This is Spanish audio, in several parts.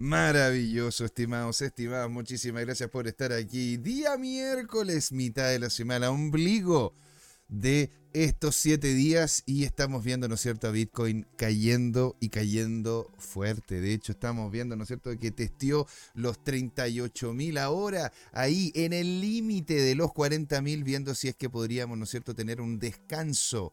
Maravilloso, estimados, estimadas. Muchísimas gracias por estar aquí. Día miércoles, mitad de la semana, ombligo de estos 7 días y estamos viendo, ¿no es cierto?, a Bitcoin cayendo y cayendo fuerte. De hecho, estamos viendo, ¿no es cierto?, que testeó los 38.000 ahora, ahí en el límite de los 40.000, viendo si es que podríamos, ¿no es cierto?, tener un descanso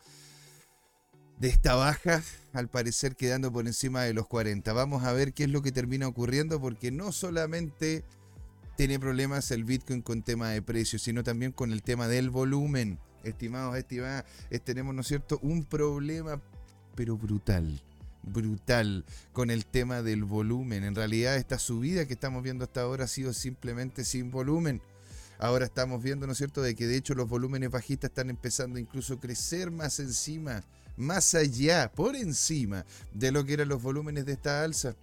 de esta baja, al parecer quedando por encima de los 40. Vamos a ver qué es lo que termina ocurriendo, porque no solamente tiene problemas el Bitcoin con tema de precios, sino también con el tema del volumen. Estimados, estimadas, tenemos, ¿no es cierto?, un problema, pero brutal, con el tema del volumen. En realidad, esta subida que estamos viendo hasta ahora ha sido simplemente sin volumen. Ahora estamos viendo, ¿no es cierto?, de que de hecho los volúmenes bajistas están empezando incluso a crecer más encima, más allá, por encima de lo que eran los volúmenes de esta alza.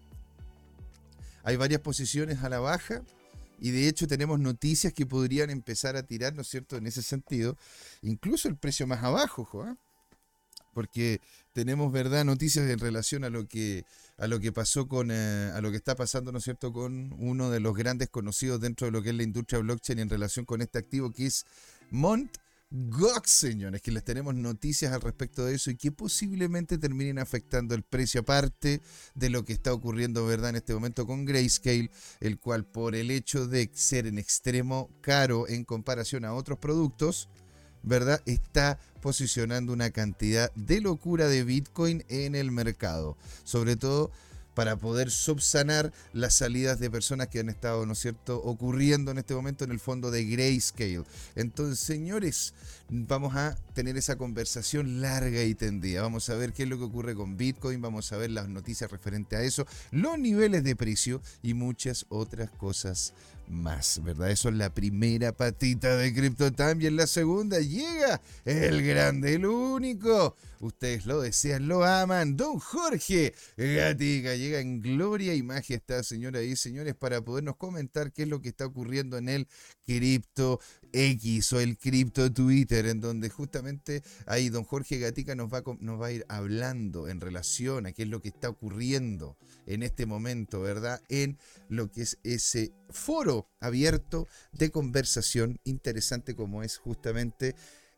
Hay varias posiciones a la baja y de hecho tenemos noticias que podrían empezar a tirar, ¿no es cierto?, en ese sentido, incluso el precio más abajo, ¿eh? Porque tenemos, ¿verdad?, noticias en relación a lo que pasó con a lo que está pasando, ¿no es cierto?, con uno de los grandes conocidos dentro de lo que es la industria blockchain en relación con este activo que es Mt. Gox, señores, que les tenemos noticias al respecto de eso y que posiblemente terminen afectando el precio, aparte de lo que está ocurriendo, ¿verdad?, en este momento con Grayscale, el cual, por el hecho de ser en extremo caro en comparación a otros productos, ¿verdad?, está posicionando una cantidad de locura de Bitcoin en el mercado, sobre todo para poder subsanar las salidas de personas que han estado, ¿no es cierto?, ocurriendo en este momento en el fondo de Grayscale. Entonces, señores, vamos a tener esa conversación larga y tendida. Vamos a ver qué es lo que ocurre con Bitcoin, vamos a ver las noticias referentes a eso, los niveles de precio y muchas otras cosas más, ¿verdad? Eso es la primera patita de CryptoTime, y en la segunda llega el grande, el único. Ustedes lo desean, lo aman. Don Jorge Gatica llega en gloria y majestad, señoras y señores, para podernos comentar qué es lo que está ocurriendo en el Crypto X o el Crypto Twitter, en donde justamente ahí don Jorge Gatica nos va a ir hablando en relación a qué es lo que está ocurriendo en este momento, ¿verdad?, en lo que es ese foro abierto de conversación interesante como es justamente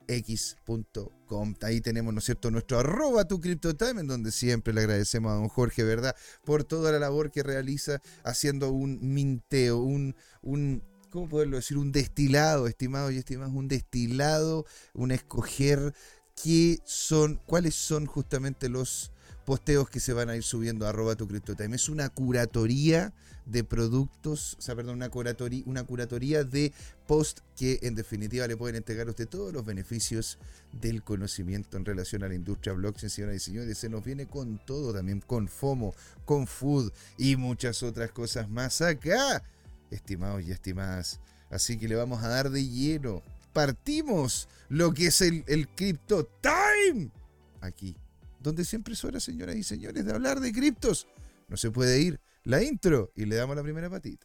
x.com. Ahí tenemos, ¿no es cierto?, nuestro @tucryptotime, en donde siempre le agradecemos a don Jorge, ¿verdad?, por toda la labor que realiza haciendo un minteo, un ¿cómo poderlo decir?, un destilado, estimados y estimadas, un destilado, un escoger cuáles son justamente los posteos que se van a ir subiendo a @tucryptotime. Es una curatoría de productos, o sea, perdón, una curatoría de post que en definitiva le pueden entregar a usted todos los beneficios del conocimiento en relación a la industria blockchain, señoras y señores. Se nos viene con todo, también con FOMO, con food y muchas otras cosas más acá, estimados y estimadas. Así que le vamos a dar de lleno. Partimos lo que es el Crypto Time aquí, donde siempre es hora, señoras y señores, de hablar de criptos. No se puede ir la intro y le damos la primera patita.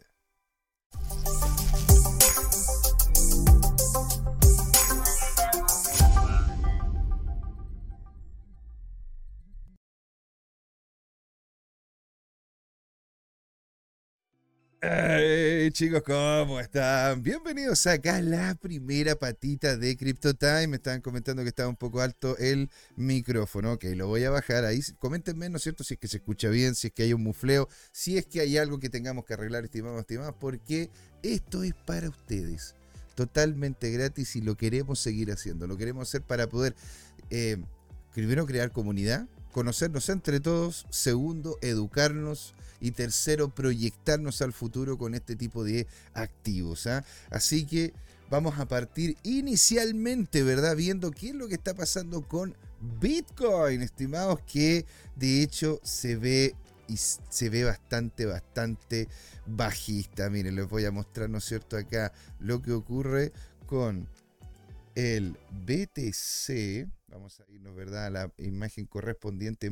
Hey, chicos, ¿cómo están? Bienvenidos acá a la primera patita de CryptoTime. Me estaban comentando que estaba un poco alto el micrófono. Ok, lo voy a bajar ahí. Coméntenme, ¿no es cierto?, si es que se escucha bien, si es que hay un mufleo, si es que hay algo que tengamos que arreglar, estimados, estimadas, porque esto es para ustedes. Totalmente gratis y lo queremos seguir haciendo. Lo queremos hacer para poder, primero, crear comunidad, conocernos entre todos, segundo, educarnos, y tercero, proyectarnos al futuro con este tipo de activos, ¿eh? Así que vamos a partir inicialmente, ¿verdad?, viendo qué es lo que está pasando con Bitcoin, estimados, que de hecho se ve bastante bajista. Miren, les voy a mostrar, ¿no es cierto?, acá lo que ocurre con el BTC. Vamos a irnos, ¿verdad?, a la imagen correspondiente.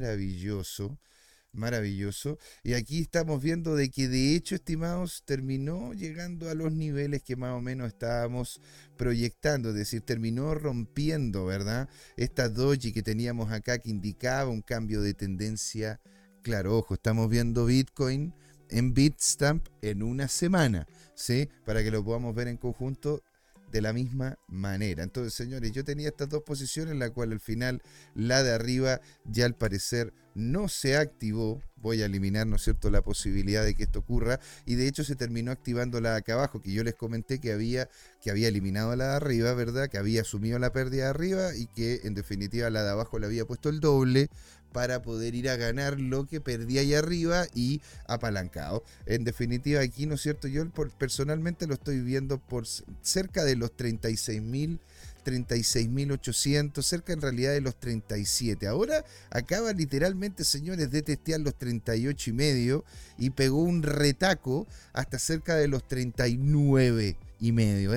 Maravilloso. Y aquí estamos viendo de que de hecho, estimados, terminó llegando a los niveles que más o menos estábamos proyectando, es decir, terminó rompiendo, ¿verdad?, esta doji que teníamos acá que indicaba un cambio de tendencia. Claro, ojo, estamos viendo Bitcoin en Bitstamp en una semana, ¿sí? Para que lo podamos ver en conjunto de la misma manera. Entonces, señores, yo tenía estas dos posiciones, la cual al final la de arriba ya al parecer no se activó. Voy a eliminar, ¿no es cierto?, la posibilidad de que esto ocurra, y de hecho se terminó activando la de acá abajo, que yo les comenté que había eliminado la de arriba, ¿verdad?, que había asumido la pérdida de arriba y que en definitiva la de abajo le había puesto el doble para poder ir a ganar lo que perdía ahí arriba y apalancado. En definitiva aquí, ¿no es cierto?, yo personalmente lo estoy viendo por cerca de los 36.800, cerca en realidad de los 37. Ahora acaba literalmente, señores, de testear los 38,5 y pegó un retaco hasta cerca de los 39,5.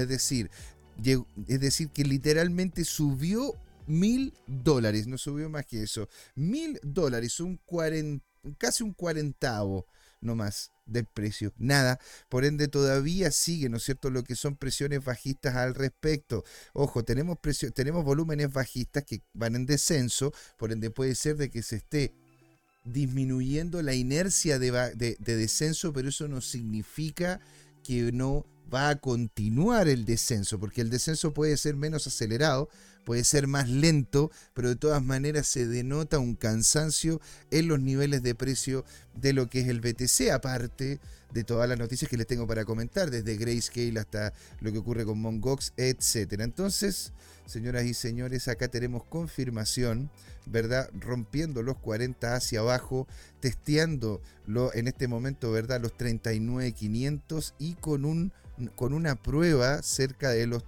Es decir, que literalmente subió $1.000, no subió más que eso. $1.000, casi un cuarentavo no más del precio, nada. Por ende todavía sigue, ¿no es cierto?, lo que son presiones bajistas al respecto. Ojo, tenemos volúmenes bajistas que van en descenso, por ende puede ser de que se esté disminuyendo la inercia de descenso, pero eso no significa que no va a continuar el descenso, porque el descenso puede ser menos acelerado, puede ser más lento, pero de todas maneras se denota un cansancio en los niveles de precio de lo que es el BTC, aparte de todas las noticias que les tengo para comentar, desde Grayscale hasta lo que ocurre con Mt. Gox, etcétera. Entonces, señoras y señores, acá tenemos confirmación, ¿verdad?, rompiendo los 40 hacia abajo, testeando en este momento, ¿verdad?, los 39.500 y con una prueba cerca de los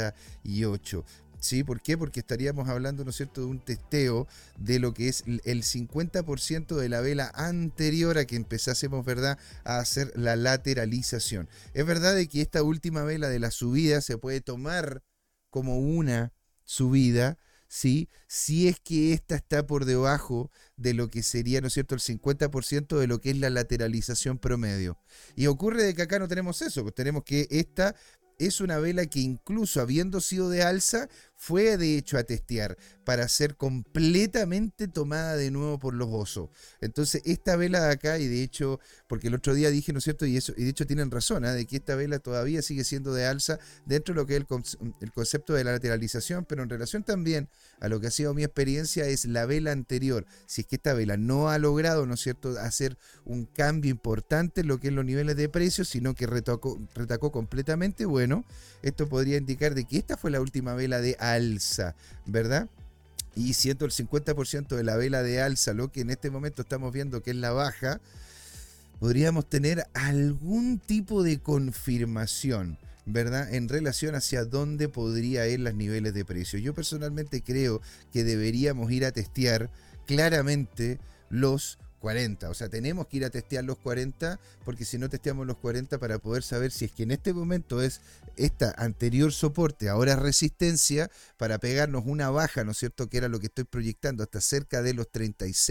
38. ¿Sí? ¿Por qué? Porque estaríamos hablando, ¿no es cierto?, de un testeo de lo que es el 50% de la vela anterior a que empezásemos, ¿verdad?, a hacer la lateralización. Es verdad de que esta última vela de la subida se puede tomar como una subida, ¿sí?, si es que esta está por debajo de lo que sería, ¿no es cierto?, el 50% de lo que es la lateralización promedio. Y ocurre de que acá no tenemos eso, pues tenemos que esta es una vela que, incluso habiendo sido de alza, fue de hecho a testear para ser completamente tomada de nuevo por los osos. Entonces esta vela de acá, y de hecho, porque el otro día dije, ¿no es cierto?, y de hecho tienen razón, de que esta vela todavía sigue siendo de alza dentro de lo que es el concepto de la lateralización, pero en relación también a lo que ha sido mi experiencia es la vela anterior. Si es que esta vela no ha logrado, ¿no es cierto?, hacer un cambio importante en lo que es los niveles de precios, sino que retacó completamente, bueno, esto podría indicar de que esta fue la última vela de alza, ¿verdad? Y siendo el 50% de la vela de alza lo que en este momento estamos viendo que es la baja, podríamos tener algún tipo de confirmación, ¿verdad?, en relación hacia dónde podría ir los niveles de precio. Yo personalmente creo que deberíamos ir a testear claramente los 40, o sea, tenemos que ir a testear los 40, porque si no testeamos los 40 para poder saber si es que en este momento es esta anterior soporte, ahora resistencia, para pegarnos una baja, ¿no es cierto?, que era lo que estoy proyectando, hasta cerca de los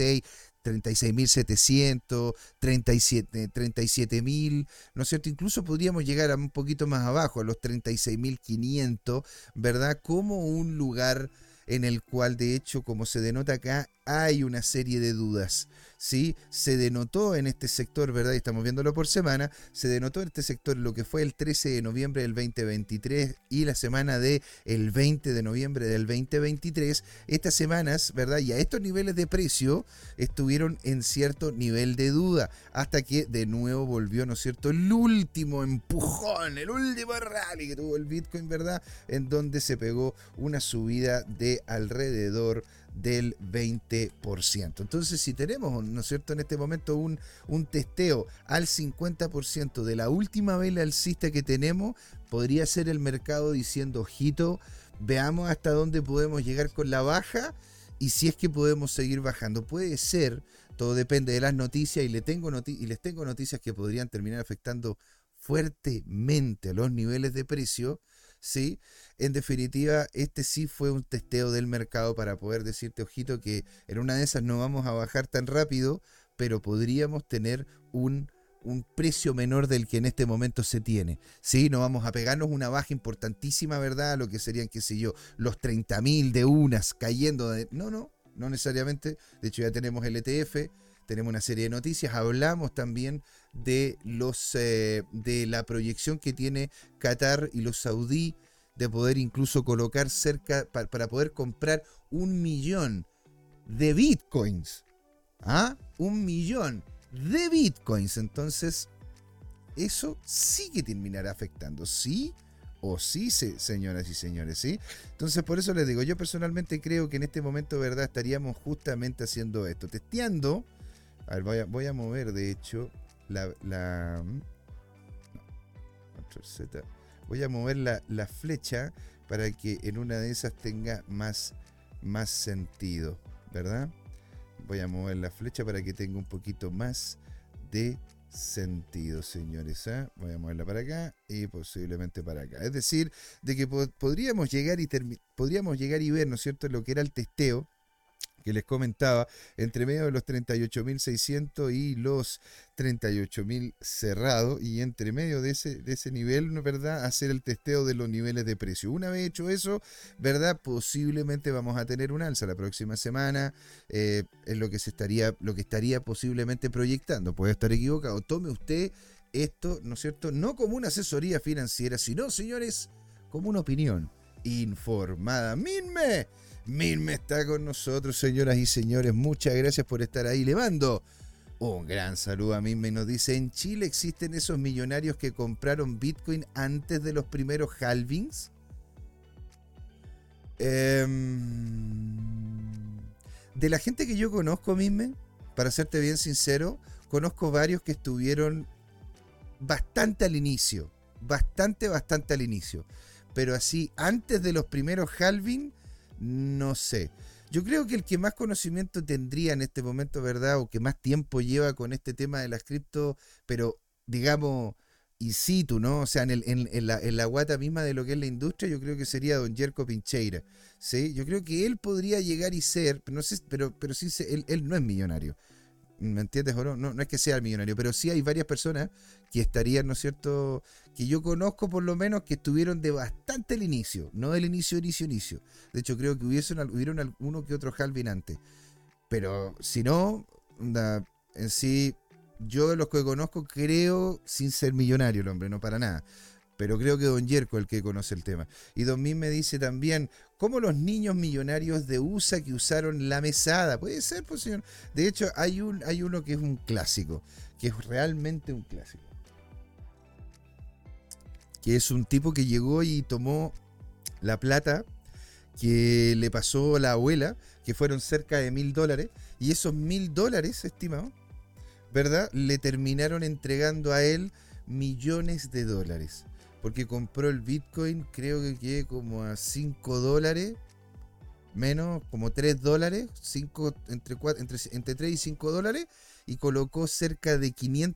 36.700, 37.000, ¿no es cierto? Incluso podríamos llegar a un poquito más abajo, a los 36.500, ¿verdad?, como un lugar en el cual, de hecho, como se denota acá, hay una serie de dudas, ¿sí? Se denotó en este sector, ¿verdad? Y estamos viéndolo por semana, se denotó en este sector lo que fue el 13 de noviembre del 2023 y la semana del 20 de noviembre del 2023. Estas semanas, ¿verdad?, y a estos niveles de precio estuvieron en cierto nivel de duda, hasta que de nuevo volvió, ¿no es cierto?, el último empujón, el último rally que tuvo el Bitcoin, ¿verdad?, en donde se pegó una subida de alrededor del 20%. Entonces, si tenemos, ¿no es cierto?, en este momento un testeo al 50% de la última vela alcista que tenemos, podría ser el mercado diciendo, ojito, veamos hasta dónde podemos llegar con la baja y si es que podemos seguir bajando. Puede ser, todo depende de las noticias, y les tengo noticias que podrían terminar afectando fuertemente a los niveles de precio, ¿sí? En definitiva, este sí fue un testeo del mercado para poder decirte, ojito, que en una de esas no vamos a bajar tan rápido, pero podríamos tener un precio menor del que en este momento se tiene, ¿sí? No vamos a pegarnos una baja importantísima, ¿verdad?, lo que serían, qué sé yo, los 30.000 de unas cayendo. No necesariamente. De hecho, ya tenemos el ETF, tenemos una serie de noticias, hablamos también de de la proyección que tiene Qatar y los saudí de poder incluso colocar cerca para poder comprar 1 millón de bitcoins. ¿Ah? 1 millón de bitcoins. Entonces, eso sí que terminará afectando. ¿Sí? O sí, señoras y señores, ¿sí? Entonces, por eso les digo, yo personalmente creo que en este momento, ¿verdad? Estaríamos justamente haciendo esto, testeando. A ver, voy a mover, de hecho, no, Control Z. Voy a mover la flecha para que en una de esas tenga más sentido, ¿verdad? Voy a mover la flecha para que tenga un poquito más de sentido, señores. Voy a moverla para acá y posiblemente para acá. Es decir, de que podríamos llegar y ver, ¿no es cierto?, lo que era el testeo que les comentaba, entre medio de los 38.600 y los 38.000 cerrados, y entre medio de ese nivel, ¿verdad?, hacer el testeo de los niveles de precio. Una vez hecho eso, ¿verdad?, posiblemente vamos a tener un alza la próxima semana, es lo que estaría posiblemente proyectando. Puede estar equivocado. Tome usted esto, ¿no es cierto?, no como una asesoría financiera, sino, señores, como una opinión informada. Minme está con nosotros, señoras y señores. Muchas gracias por estar ahí. Le mando un gran saludo a Minme. Nos dice: ¿en Chile existen esos millonarios que compraron Bitcoin antes de los primeros halvings? De la gente que yo conozco, Minme, para serte bien sincero, conozco varios que estuvieron bastante al inicio. Bastante al inicio. Pero así, antes de los primeros halving, no sé. Yo creo que el que más conocimiento tendría en este momento, ¿verdad?, o que más tiempo lleva con este tema de las cripto, pero digamos in situ, ¿no? O sea, en la guata misma de lo que es la industria, yo creo que sería don Jerko Pincheira, ¿sí? Yo creo que él podría llegar y ser, no sé, pero sí, él no es millonario. ¿Me entiendes o no? No es que sea el millonario, pero sí hay varias personas que estarían, ¿no es cierto?, que yo conozco por lo menos, que estuvieron de bastante el inicio, no del inicio. De hecho, creo que hubieron uno que otro halving antes. Pero si no, en sí, yo de los que conozco creo, sin ser millonario el hombre, no para nada. Pero creo que don Yerko es el que conoce el tema. Y don Min me dice también, ¿cómo los niños millonarios de USA que usaron la mesada? Puede ser, pues, señor. De hecho, hay uno que es un clásico, que es realmente un clásico. Que es un tipo que llegó y tomó la plata que le pasó a la abuela, que fueron cerca de $1.000, y esos $1.000, estimado, ¿verdad?, le terminaron entregando a él millones de dólares. Porque compró el Bitcoin, creo que como a $5, menos, como $3, entre 3 y $5, y colocó cerca de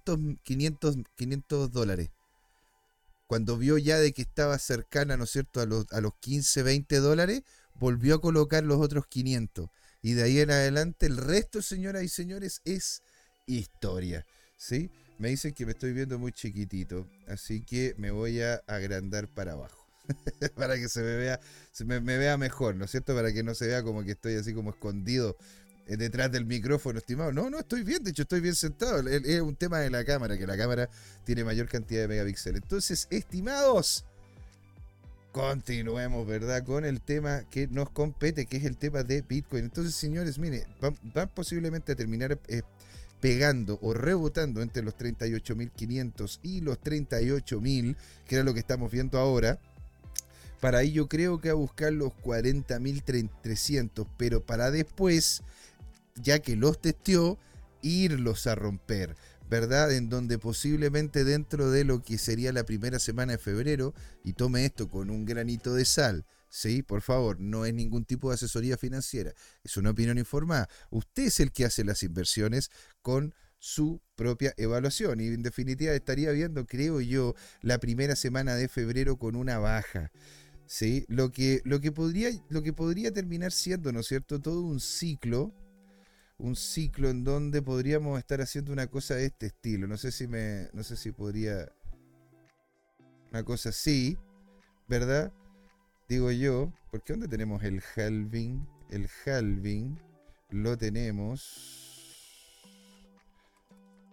500 dólares. Cuando vio ya de que estaba cercana, ¿no es cierto?, a los 15, $20, volvió a colocar los otros 500. Y de ahí en adelante el resto, señoras y señores, es historia, ¿sí? Me dicen que me estoy viendo muy chiquitito, así que me voy a agrandar para abajo. Para que me vea mejor, ¿no es cierto? Para que no se vea como que estoy así como escondido detrás del micrófono, estimado. No, estoy bien, de hecho estoy bien sentado. Es un tema de la cámara, que la cámara tiene mayor cantidad de megapíxeles. Entonces, estimados, continuemos, ¿verdad?, con el tema que nos compete, que es el tema de Bitcoin. Entonces, señores, mire, van posiblemente a terminar pegando o rebotando entre los 38.500 y los 38.000, que era lo que estamos viendo ahora. Para ahí yo creo que a buscar los 40.300, pero para después, ya que los testeó, irlos a romper, ¿verdad? En donde posiblemente dentro de lo que sería la primera semana de febrero, y tome esto con un granito de sal, ¿sí? Por favor, no es ningún tipo de asesoría financiera, es una opinión informada. Usted es el que hace las inversiones con su propia evaluación, y en definitiva estaría viendo, creo yo, la primera semana de febrero con una baja. Sí, lo que podría terminar siendo, ¿no es cierto?, todo un ciclo en donde podríamos estar haciendo una cosa de este estilo. No sé si podría una cosa así, ¿verdad? Digo yo, porque ¿dónde tenemos el halving? El halving lo tenemos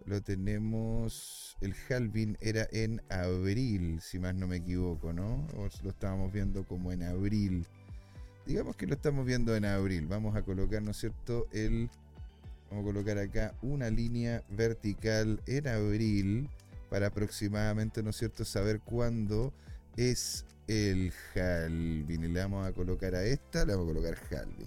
Lo tenemos, el halving era en abril, si más no me equivoco, ¿no? O lo estábamos viendo como en abril. Digamos que lo estamos viendo en abril. Vamos a colocar, ¿no es cierto? Vamos a colocar acá una línea vertical en abril para aproximadamente, ¿no es cierto?, saber cuándo es el halving. Y le vamos a colocar a esta, le vamos a colocar halving.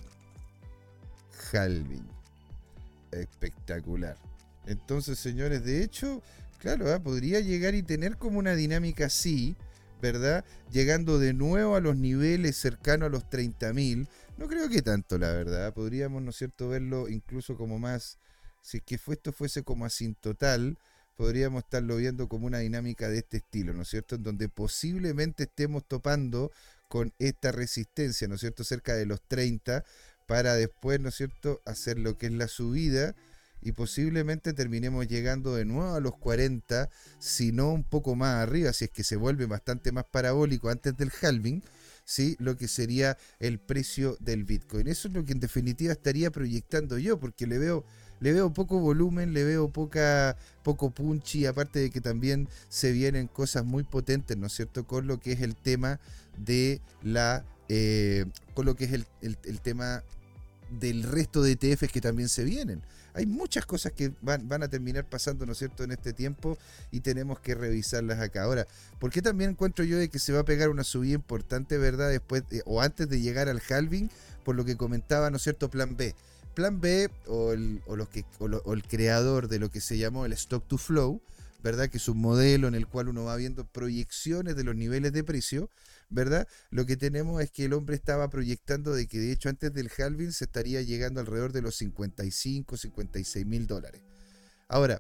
Halving. Espectacular. Entonces, señores, de hecho, claro, podría llegar y tener como una dinámica así, ¿verdad? Llegando de nuevo a los niveles cercanos a los 30.000. No creo que tanto, la verdad. Podríamos, ¿no es cierto?, verlo incluso como más, si es que esto fuese como asintotal, podríamos estarlo viendo como una dinámica de este estilo, ¿no es cierto? En donde posiblemente estemos topando con esta resistencia, ¿no es cierto?, cerca de los 30, para después, ¿no es cierto?, hacer lo que es la subida y posiblemente terminemos llegando de nuevo a los 40, si no un poco más arriba, si es que se vuelve bastante más parabólico antes del halving, ¿sí?, lo que sería el precio del Bitcoin. Eso es lo que en definitiva estaría proyectando yo, porque le veo poco volumen, le veo poco punchy, aparte de que también se vienen cosas muy potentes, ¿no es cierto?, con lo que es el tema de con lo que es el tema del resto de ETFs que también se vienen. Hay muchas cosas que van a terminar pasando, ¿no es cierto?, en este tiempo y tenemos que revisarlas acá. Ahora, ¿por qué también encuentro yo de que se va a pegar una subida importante, verdad, después o antes de llegar al halving? Por lo que comentaba, ¿no es cierto?, Plan B. Plan B o el creador de lo que se llamó el Stock to Flow, ¿verdad?, que es un modelo en el cual uno va viendo proyecciones de los niveles de precio, ¿verdad? Lo que tenemos es que el hombre estaba proyectando de que de hecho antes del halving se estaría llegando alrededor de los 55, 56 mil dólares. Ahora,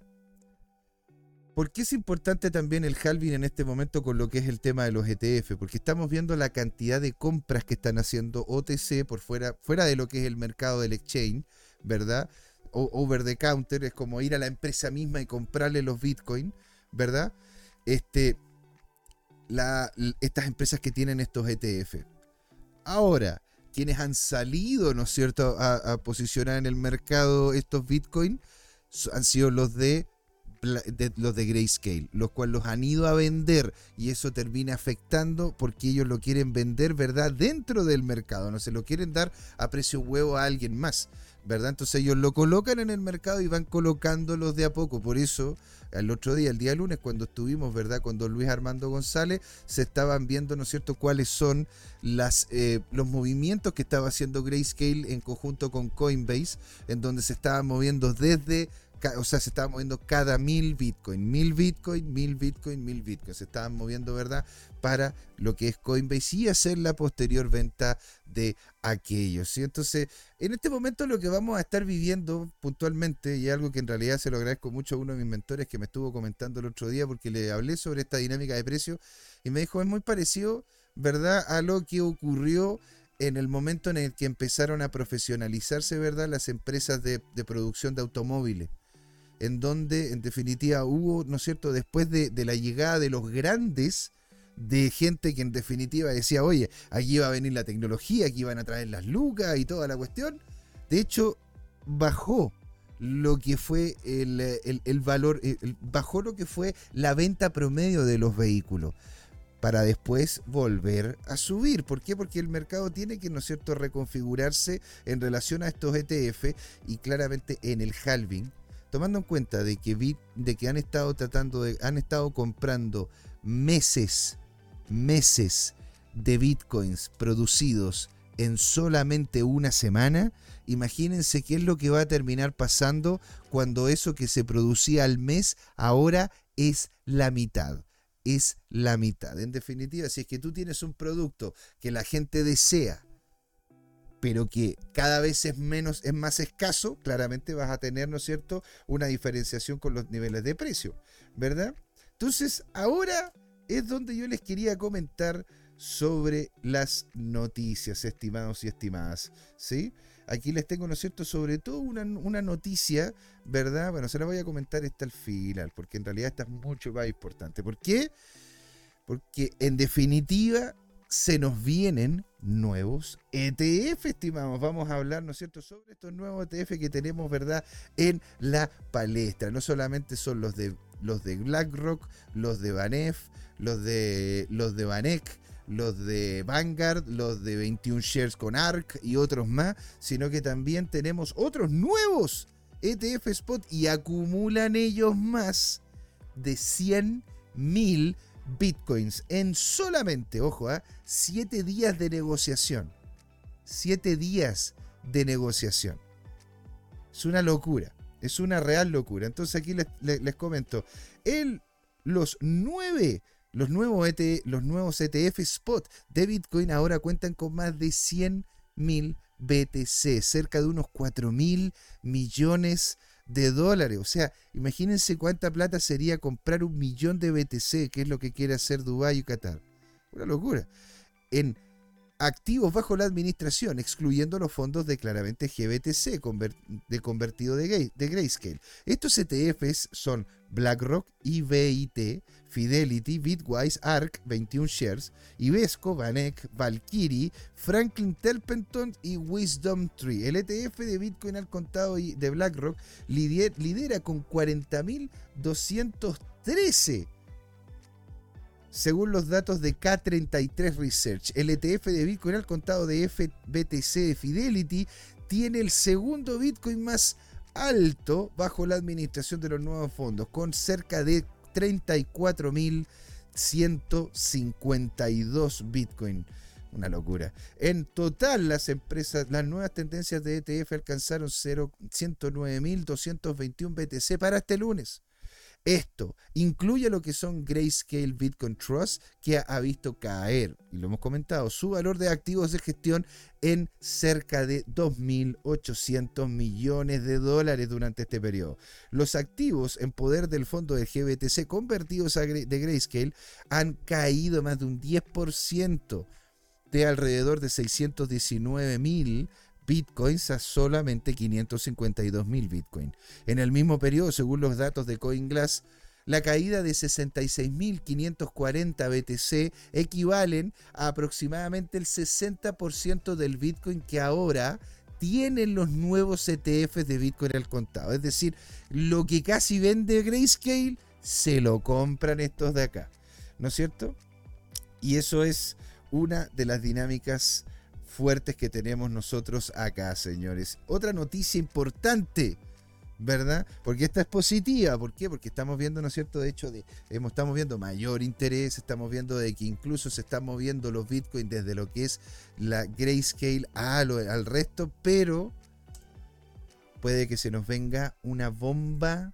¿por qué es importante también el halving en este momento con lo que es el tema de los ETF? Porque estamos viendo la cantidad de compras que están haciendo OTC por fuera de lo que es el mercado del exchange, ¿verdad? Over the counter, es como ir a la empresa misma y comprarle los Bitcoin, ¿verdad? Estas empresas que tienen estos ETF. Ahora, quienes han salido, ¿no es cierto?, a posicionar en el mercado estos Bitcoin han sido los de Grayscale, los cuales los han ido a vender y eso termina afectando porque ellos lo quieren vender, ¿verdad?, dentro del mercado, no se lo quieren dar a precio huevo a alguien más, ¿verdad? Entonces ellos lo colocan en el mercado y van colocándolos de a poco. Por eso el otro día, el día lunes, cuando estuvimos, ¿verdad?, con don Luis Armando González, se estaban viendo, ¿no es cierto?, cuáles son los movimientos que estaba haciendo Grayscale en conjunto con Coinbase, en donde se estaban moviendo se estaban moviendo cada 1000 Bitcoin, 1000 Bitcoin, 1000 Bitcoin, 1000 Bitcoin. Se estaban moviendo, ¿verdad?, para lo que es Coinbase y hacer la posterior venta de aquellos, ¿sí? Entonces, en este momento lo que vamos a estar viviendo puntualmente, y algo que en realidad se lo agradezco mucho a uno de mis mentores que me estuvo comentando el otro día, porque le hablé sobre esta dinámica de precio y me dijo, es muy parecido, ¿verdad?, a lo que ocurrió en el momento en el que empezaron a profesionalizarse, ¿verdad?, las empresas de producción de automóviles, en donde en definitiva hubo, ¿no es cierto?, después de la llegada de los grandes, de gente que en definitiva decía, oye, aquí va a venir la tecnología, aquí van a traer las lucas y toda la cuestión. De hecho, bajó lo que fue el valor, bajó lo que fue la venta promedio de los vehículos, para después volver a subir. ¿Por qué? Porque el mercado tiene que, ¿no es cierto?, reconfigurarse en relación a estos ETF y claramente en el halving, tomando en cuenta de que han estado comprando meses de bitcoins producidos en solamente una semana. Imagínense qué es lo que va a terminar pasando cuando eso que se producía al mes ahora es la mitad. Es la mitad. En definitiva, si es que tú tienes un producto que la gente desea, pero que cada vez es más escaso, claramente vas a tener, ¿no es cierto?, una diferenciación con los niveles de precio, ¿verdad? Entonces, ahora es donde yo les quería comentar sobre las noticias, estimados y estimadas, ¿sí? Aquí les tengo, ¿no es cierto?, sobre todo una noticia, ¿verdad? Bueno, se la voy a comentar esta al final, porque en realidad esta es mucho más importante. ¿Por qué? Porque en definitiva se nos vienen nuevos ETF, estimados. Vamos a hablar, ¿no es cierto?, sobre estos nuevos ETF que tenemos, ¿verdad?, en la palestra. No solamente son los de BlackRock, los de Banef, los de Vanek, los de Vanguard, los de 21 Shares con ARK y otros más, sino que también tenemos otros nuevos ETF Spot y acumulan ellos más de 100.000 Bitcoins en solamente, ojo, 7 días de negociación. 7 días de negociación. Es una locura. Es una real locura. Entonces aquí les comento. Los nuevos ETF Spot de Bitcoin ahora cuentan con más de 100.000 BTC. Cerca de unos 4.000 millones de dólares. O sea, imagínense cuánta plata sería comprar 1 millón de BTC, que es lo que quiere hacer Dubái y Qatar. Una locura. En activos bajo la administración, excluyendo los fondos de claramente GBTC, de convertido de Grayscale. Estos ETFs son BlackRock, IBIT, Fidelity, Bitwise, ARK, 21 Shares, Invesco, Vanek, Valkyrie, Franklin Templeton y Wisdom Tree. El ETF de Bitcoin al contado de BlackRock lidera con 40.213. Según los datos de K33 Research, el ETF de Bitcoin al contado de FBTC de Fidelity tiene el segundo Bitcoin más alto bajo la administración de los nuevos fondos, con cerca de 34.152 Bitcoin. Una locura. En total, las nuevas tendencias de ETF alcanzaron 109.221 BTC para este lunes. Esto incluye lo que son Grayscale Bitcoin Trust, que ha visto caer, y lo hemos comentado, su valor de activos de gestión en cerca de 2.800 millones de dólares durante este periodo. Los activos en poder del fondo de GBTC convertidos de Grayscale han caído más de un 10%, de alrededor de 619.000 Bitcoins a solamente 552.000 Bitcoin. En el mismo periodo, según los datos de CoinGlass, la caída de 66.540 BTC equivalen a aproximadamente el 60% del Bitcoin que ahora tienen los nuevos ETFs de Bitcoin al contado. Es decir, lo que casi vende Grayscale, se lo compran estos de acá, ¿no es cierto? Y eso es una de las dinámicas fuertes que tenemos nosotros acá, señores. Otra noticia importante, ¿verdad? Porque esta es positiva. ¿Por qué? Porque estamos viendo, ¿no es cierto? De hecho, estamos viendo mayor interés, estamos viendo de que incluso se están moviendo los Bitcoin desde lo que es la Grayscale al resto, pero puede que se nos venga una bomba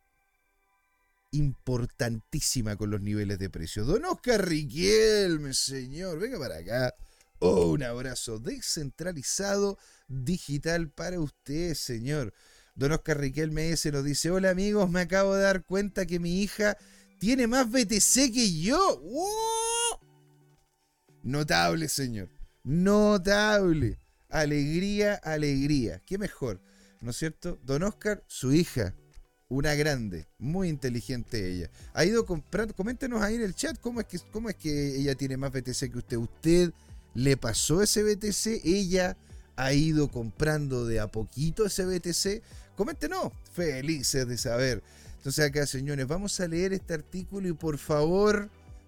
importantísima con los niveles de precio. Don Oscar Riquelme, señor, venga para acá. Oh, un abrazo descentralizado digital para usted, señor. Don Oscar Riquelme S. nos dice: hola amigos, me acabo de dar cuenta que mi hija tiene más BTC que yo. ¡Oh! Notable, señor. Notable. Alegría, alegría. ¿Qué mejor? ¿No es cierto? Don Oscar, su hija, una grande, muy inteligente ella. Ha ido comprando, coméntenos ahí en el chat cómo es que ella tiene más BTC que usted. ¿Usted le pasó ese BTC? ¿Ella ha ido comprando de a poquito ese BTC? Coméntenos, felices de saber. Entonces acá, señores, vamos a leer este artículo y por favor,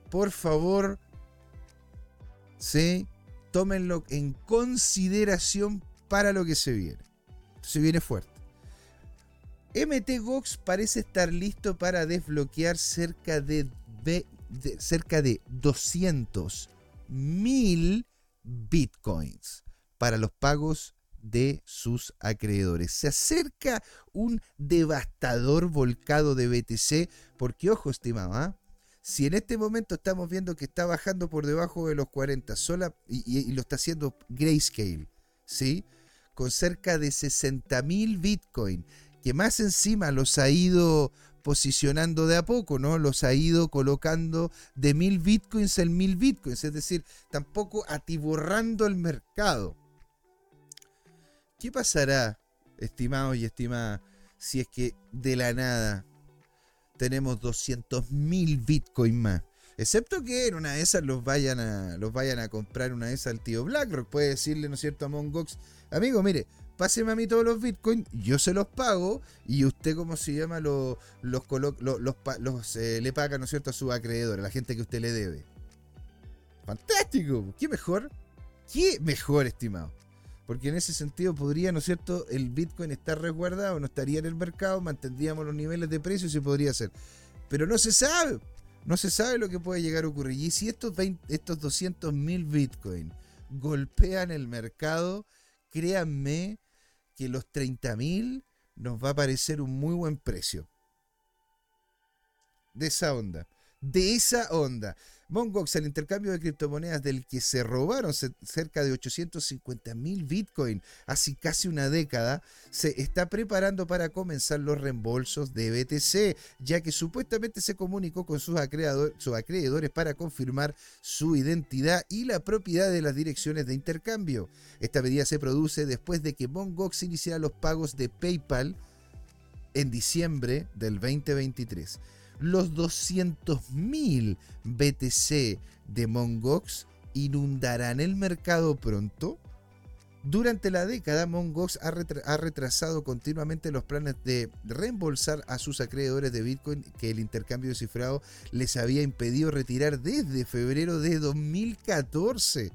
¿sí?, tómenlo en consideración para lo que se viene. Se viene fuerte. Mt. Gox parece estar listo para desbloquear cerca de 200.000 Bitcoins para los pagos de sus acreedores. Se acerca un devastador volcado de BTC, porque ojo, estimado, si en este momento estamos viendo que está bajando por debajo de los 40 y lo está haciendo Grayscale, ¿sí?, con cerca de 60.000 Bitcoin, que más encima los ha ido posicionando de a poco, ¿no? Los ha ido colocando de 1.000 Bitcoins en 1.000 Bitcoins, es decir, tampoco atiborrando el mercado. ¿Qué pasará, estimados y estimadas, si es que de la nada tenemos 200.000 Bitcoin más? Excepto que en una de esas los vayan a comprar una de esas al tío BlackRock. Puede decirle, ¿no es cierto?, a Mt. Gox, amigo, mire, páseme a mí todos los bitcoins, yo se los pago y usted, ¿cómo se llama?, le paga, ¿no es cierto?, a sus acreedores, a la gente que usted le debe. ¡Fantástico! ¿Qué mejor? ¿Qué mejor, estimado? Porque en ese sentido podría, ¿no es cierto?, el Bitcoin estar resguardado, no estaría en el mercado, mantendríamos los niveles de precios y podría ser. Pero no se sabe. No se sabe lo que puede llegar a ocurrir. Y si estos 200.000 Bitcoin golpean el mercado, créanme que los 30.000 nos va a parecer un muy buen precio. De esa onda. De esa onda. Mt. Gox, el intercambio de criptomonedas del que se robaron cerca de 850.000 Bitcoin hace casi una década, se está preparando para comenzar los reembolsos de BTC, ya que supuestamente se comunicó con sus acreedores para confirmar su identidad y la propiedad de las direcciones de intercambio. Esta medida se produce después de que Mt. Gox iniciara los pagos de PayPal en diciembre del 2023. Los 200.000 BTC de Mt. Gox inundarán el mercado pronto. Durante la década, Mt. Gox ha retrasado continuamente los planes de reembolsar a sus acreedores de Bitcoin que el intercambio cifrado les había impedido retirar desde febrero de 2014.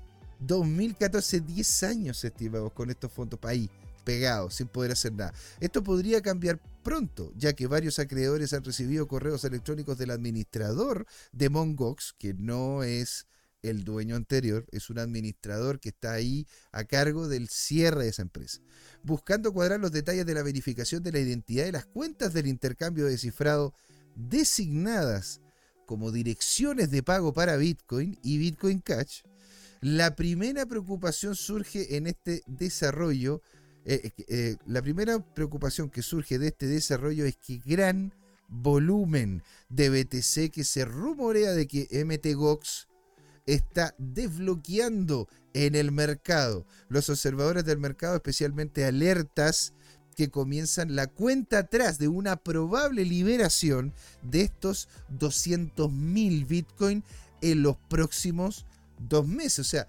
2014, 10 años, estimados, con estos fondos ahí pegados, sin poder hacer nada. Esto podría cambiar pronto, ya que varios acreedores han recibido correos electrónicos del administrador de Mt. Gox, que no es el dueño anterior, es un administrador que está ahí a cargo del cierre de esa empresa, buscando cuadrar los detalles de la verificación de la identidad de las cuentas del intercambio descifrado designadas como direcciones de pago para Bitcoin y Bitcoin Cash. La primera preocupación surge en este desarrollo. La primera preocupación que surge de este desarrollo es que gran volumen de BTC que se rumorea de que Mt. Gox está desbloqueando en el mercado. Los observadores del mercado, especialmente alertas, que comienzan la cuenta atrás de una probable liberación de estos 200.000 Bitcoin en los próximos 2 meses. O sea,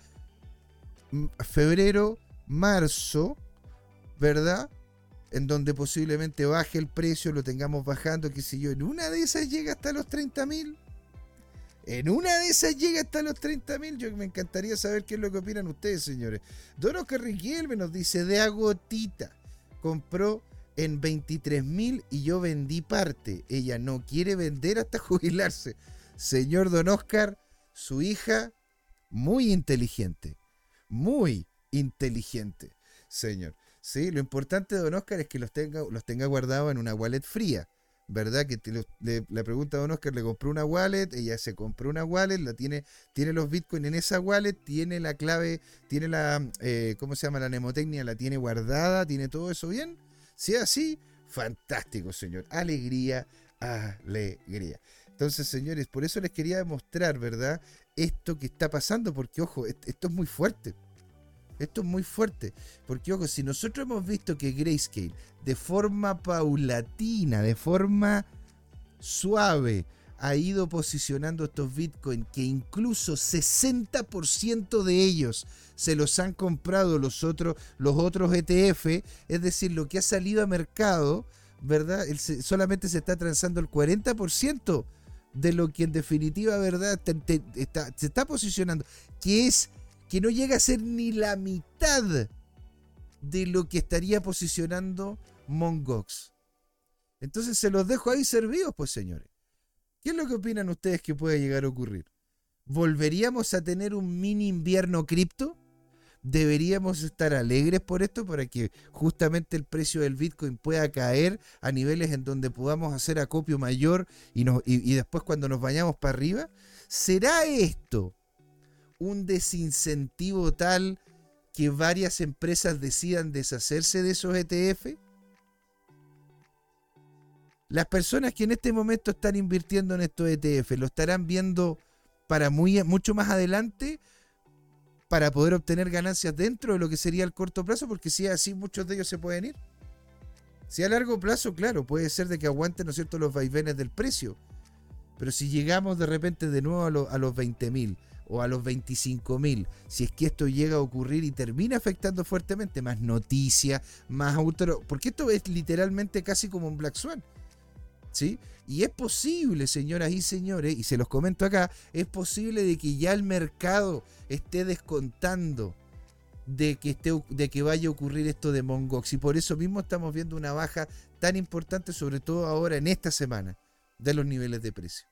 febrero, marzo, ¿verdad? En donde posiblemente baje el precio, lo tengamos bajando, qué sé yo. En una de esas llega hasta los 30.000. En una de esas llega hasta los 30.000. Yo me encantaría saber qué es lo que opinan ustedes, señores. Don Oscar Riquelme nos dice, de agotita, compró en 23.000 y yo vendí parte. Ella no quiere vender hasta jubilarse. Señor Don Oscar, su hija, muy inteligente, señor. Sí, lo importante de Don Oscar es que los tenga guardados en una wallet fría, ¿verdad? Que le pregunta a Don Oscar, le compró una wallet, ella se compró una wallet, tiene los bitcoins en esa wallet, tiene la clave, tiene la, ¿cómo se llama? La mnemotecnia, la tiene guardada, tiene todo eso bien. Si es así, fantástico, señor. Alegría. Entonces, señores, por eso les quería demostrar, ¿verdad?, esto que está pasando, porque, ojo, esto es muy fuerte. Esto es muy fuerte, porque, ojo, si nosotros hemos visto que Grayscale, de forma paulatina, de forma suave, ha ido posicionando estos Bitcoin, que incluso 60% de ellos se los han comprado los otros ETF, es decir, lo que ha salido a mercado, ¿verdad? Solamente se está transando el 40% de lo que en definitiva, ¿verdad?, se está posicionando, que no llega a ser ni la mitad de lo que estaría posicionando Mt. Gox. Entonces se los dejo ahí servidos, pues, señores. ¿Qué es lo que opinan ustedes que puede llegar a ocurrir? ¿Volveríamos a tener un mini invierno cripto? ¿Deberíamos estar alegres por esto para que justamente el precio del Bitcoin pueda caer a niveles en donde podamos hacer acopio mayor y después cuando nos vayamos para arriba? ¿Será esto un desincentivo tal que varias empresas decidan deshacerse de esos ETF? Las personas que en este momento están invirtiendo en estos ETF, ¿lo estarán viendo para mucho más adelante para poder obtener ganancias dentro de lo que sería el corto plazo? Porque si es así, muchos de ellos se pueden ir. Si a largo plazo, claro, puede ser de que aguanten, ¿no es cierto?, los vaivenes del precio. Pero si llegamos de repente de nuevo a los 20.000 o a los 25.000, si es que esto llega a ocurrir y termina afectando fuertemente, más noticias, más auto, porque esto es literalmente casi como un Black Swan, ¿sí? Y es posible, señoras y señores, y se los comento acá, es posible de que ya el mercado esté descontando de que vaya a ocurrir esto de Mt. Gox, y por eso mismo estamos viendo una baja tan importante, sobre todo ahora en esta semana, de los niveles de precio.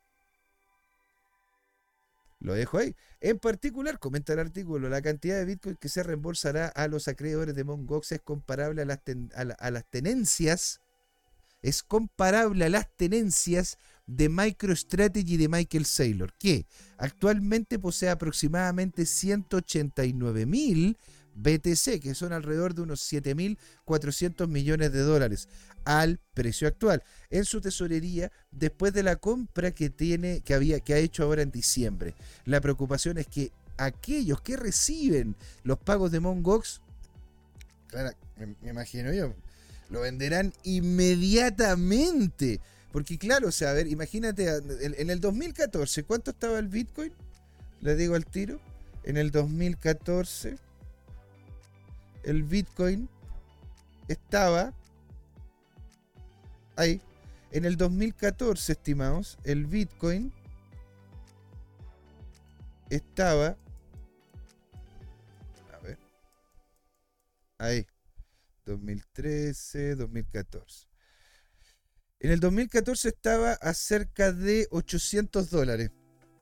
Lo dejo ahí. En particular, comenta el artículo, la cantidad de Bitcoin que se reembolsará a los acreedores de Mt. Gox es comparable a las tenencias. Es comparable a las tenencias de MicroStrategy de Michael Saylor, que actualmente posee aproximadamente 189.000 BTC, que son alrededor de unos 7.400 millones de dólares al precio actual, en su tesorería después de la compra que ha hecho ahora en diciembre. La preocupación es que aquellos que reciben los pagos de Mt. Gox, claro, me imagino yo, lo venderán inmediatamente. Porque claro, o sea, a ver, imagínate, en el 2014, ¿cuánto estaba el Bitcoin? Le digo al tiro. En el 2014, el Bitcoin estaba ahí. En el 2014, estimados, el Bitcoin estaba... A ver. Ahí. 2013, 2014. En el 2014 estaba a cerca de $800.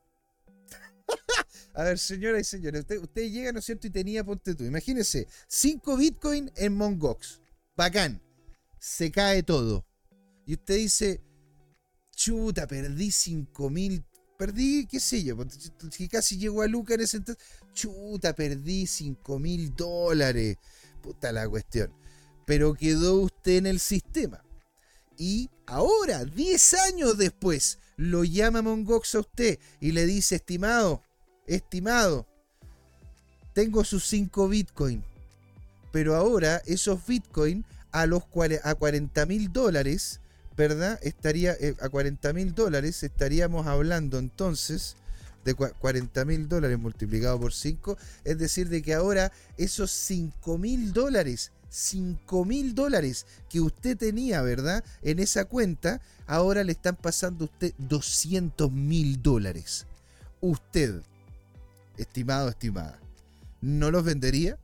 A ver, señoras y señores, usted llega, ¿no es cierto? Y tenía, ponte tú, imagínense, 5 Bitcoin en Mt. Gox. Bacán. Se cae todo. Y usted dice, chuta, perdí 5.000, perdí, qué sé yo, que casi llegó a Luca en ese entonces. Chuta, perdí $5.000. Puta la cuestión. Pero quedó usted en el sistema. Y ahora, 10 años después, lo llama Mt. Gox a usted y le dice, estimado, tengo sus 5 Bitcoin. Pero ahora esos Bitcoin a $40.000, ¿verdad? A $40.000 estaríamos hablando entonces de $40.000 multiplicado por 5. Es decir, de que ahora esos $5.000 que usted tenía, ¿verdad?, en esa cuenta, ahora le están pasando a usted $200.000. Usted, estimado, estimada, ¿no los vendería?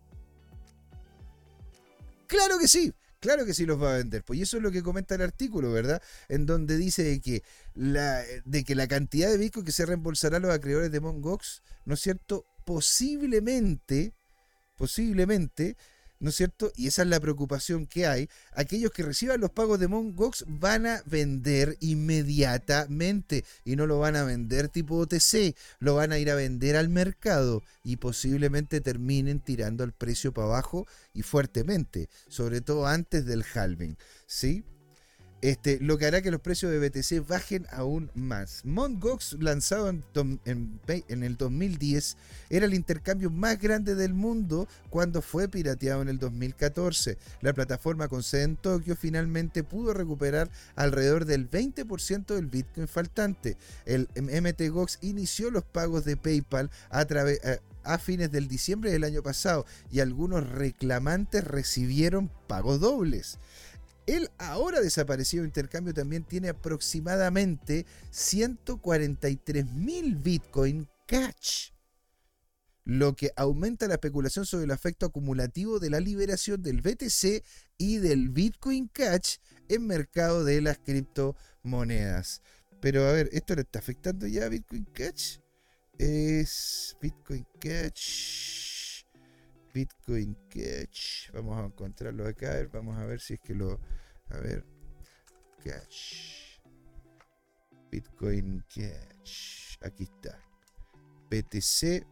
Claro que sí los va a vender. Pues eso es lo que comenta el artículo, ¿verdad? En donde dice de que la cantidad de Bitcoin que se reembolsará a los acreedores de Mt. Gox, ¿no es cierto? Posiblemente, ¿no es cierto? Y esa es la preocupación que hay. Aquellos que reciban los pagos de Mt. Gox van a vender inmediatamente y no lo van a vender tipo OTC, lo van a ir a vender al mercado y posiblemente terminen tirando el precio para abajo y fuertemente, sobre todo antes del halving, ¿sí? Lo que hará que los precios de BTC bajen aún más. Mt. Gox, lanzado en el 2010, era el intercambio más grande del mundo cuando fue pirateado en el 2014. La plataforma con sede en Tokio finalmente pudo recuperar alrededor del 20% del Bitcoin faltante. El Mt. Gox inició los pagos de PayPal a fines del diciembre del año pasado y algunos reclamantes recibieron pagos dobles. El ahora desaparecido intercambio también tiene aproximadamente 143.000 Bitcoin Cash, lo que aumenta la especulación sobre el efecto acumulativo de la liberación del BTC y del Bitcoin Cash en mercado de las criptomonedas. Pero a ver, ¿esto le está afectando ya a Bitcoin Cash? Es Bitcoin Cash. Bitcoin Cash. Vamos a encontrarlo acá. Vamos a ver si es que lo... A ver. Cash. Bitcoin Cash. Aquí está. BTC.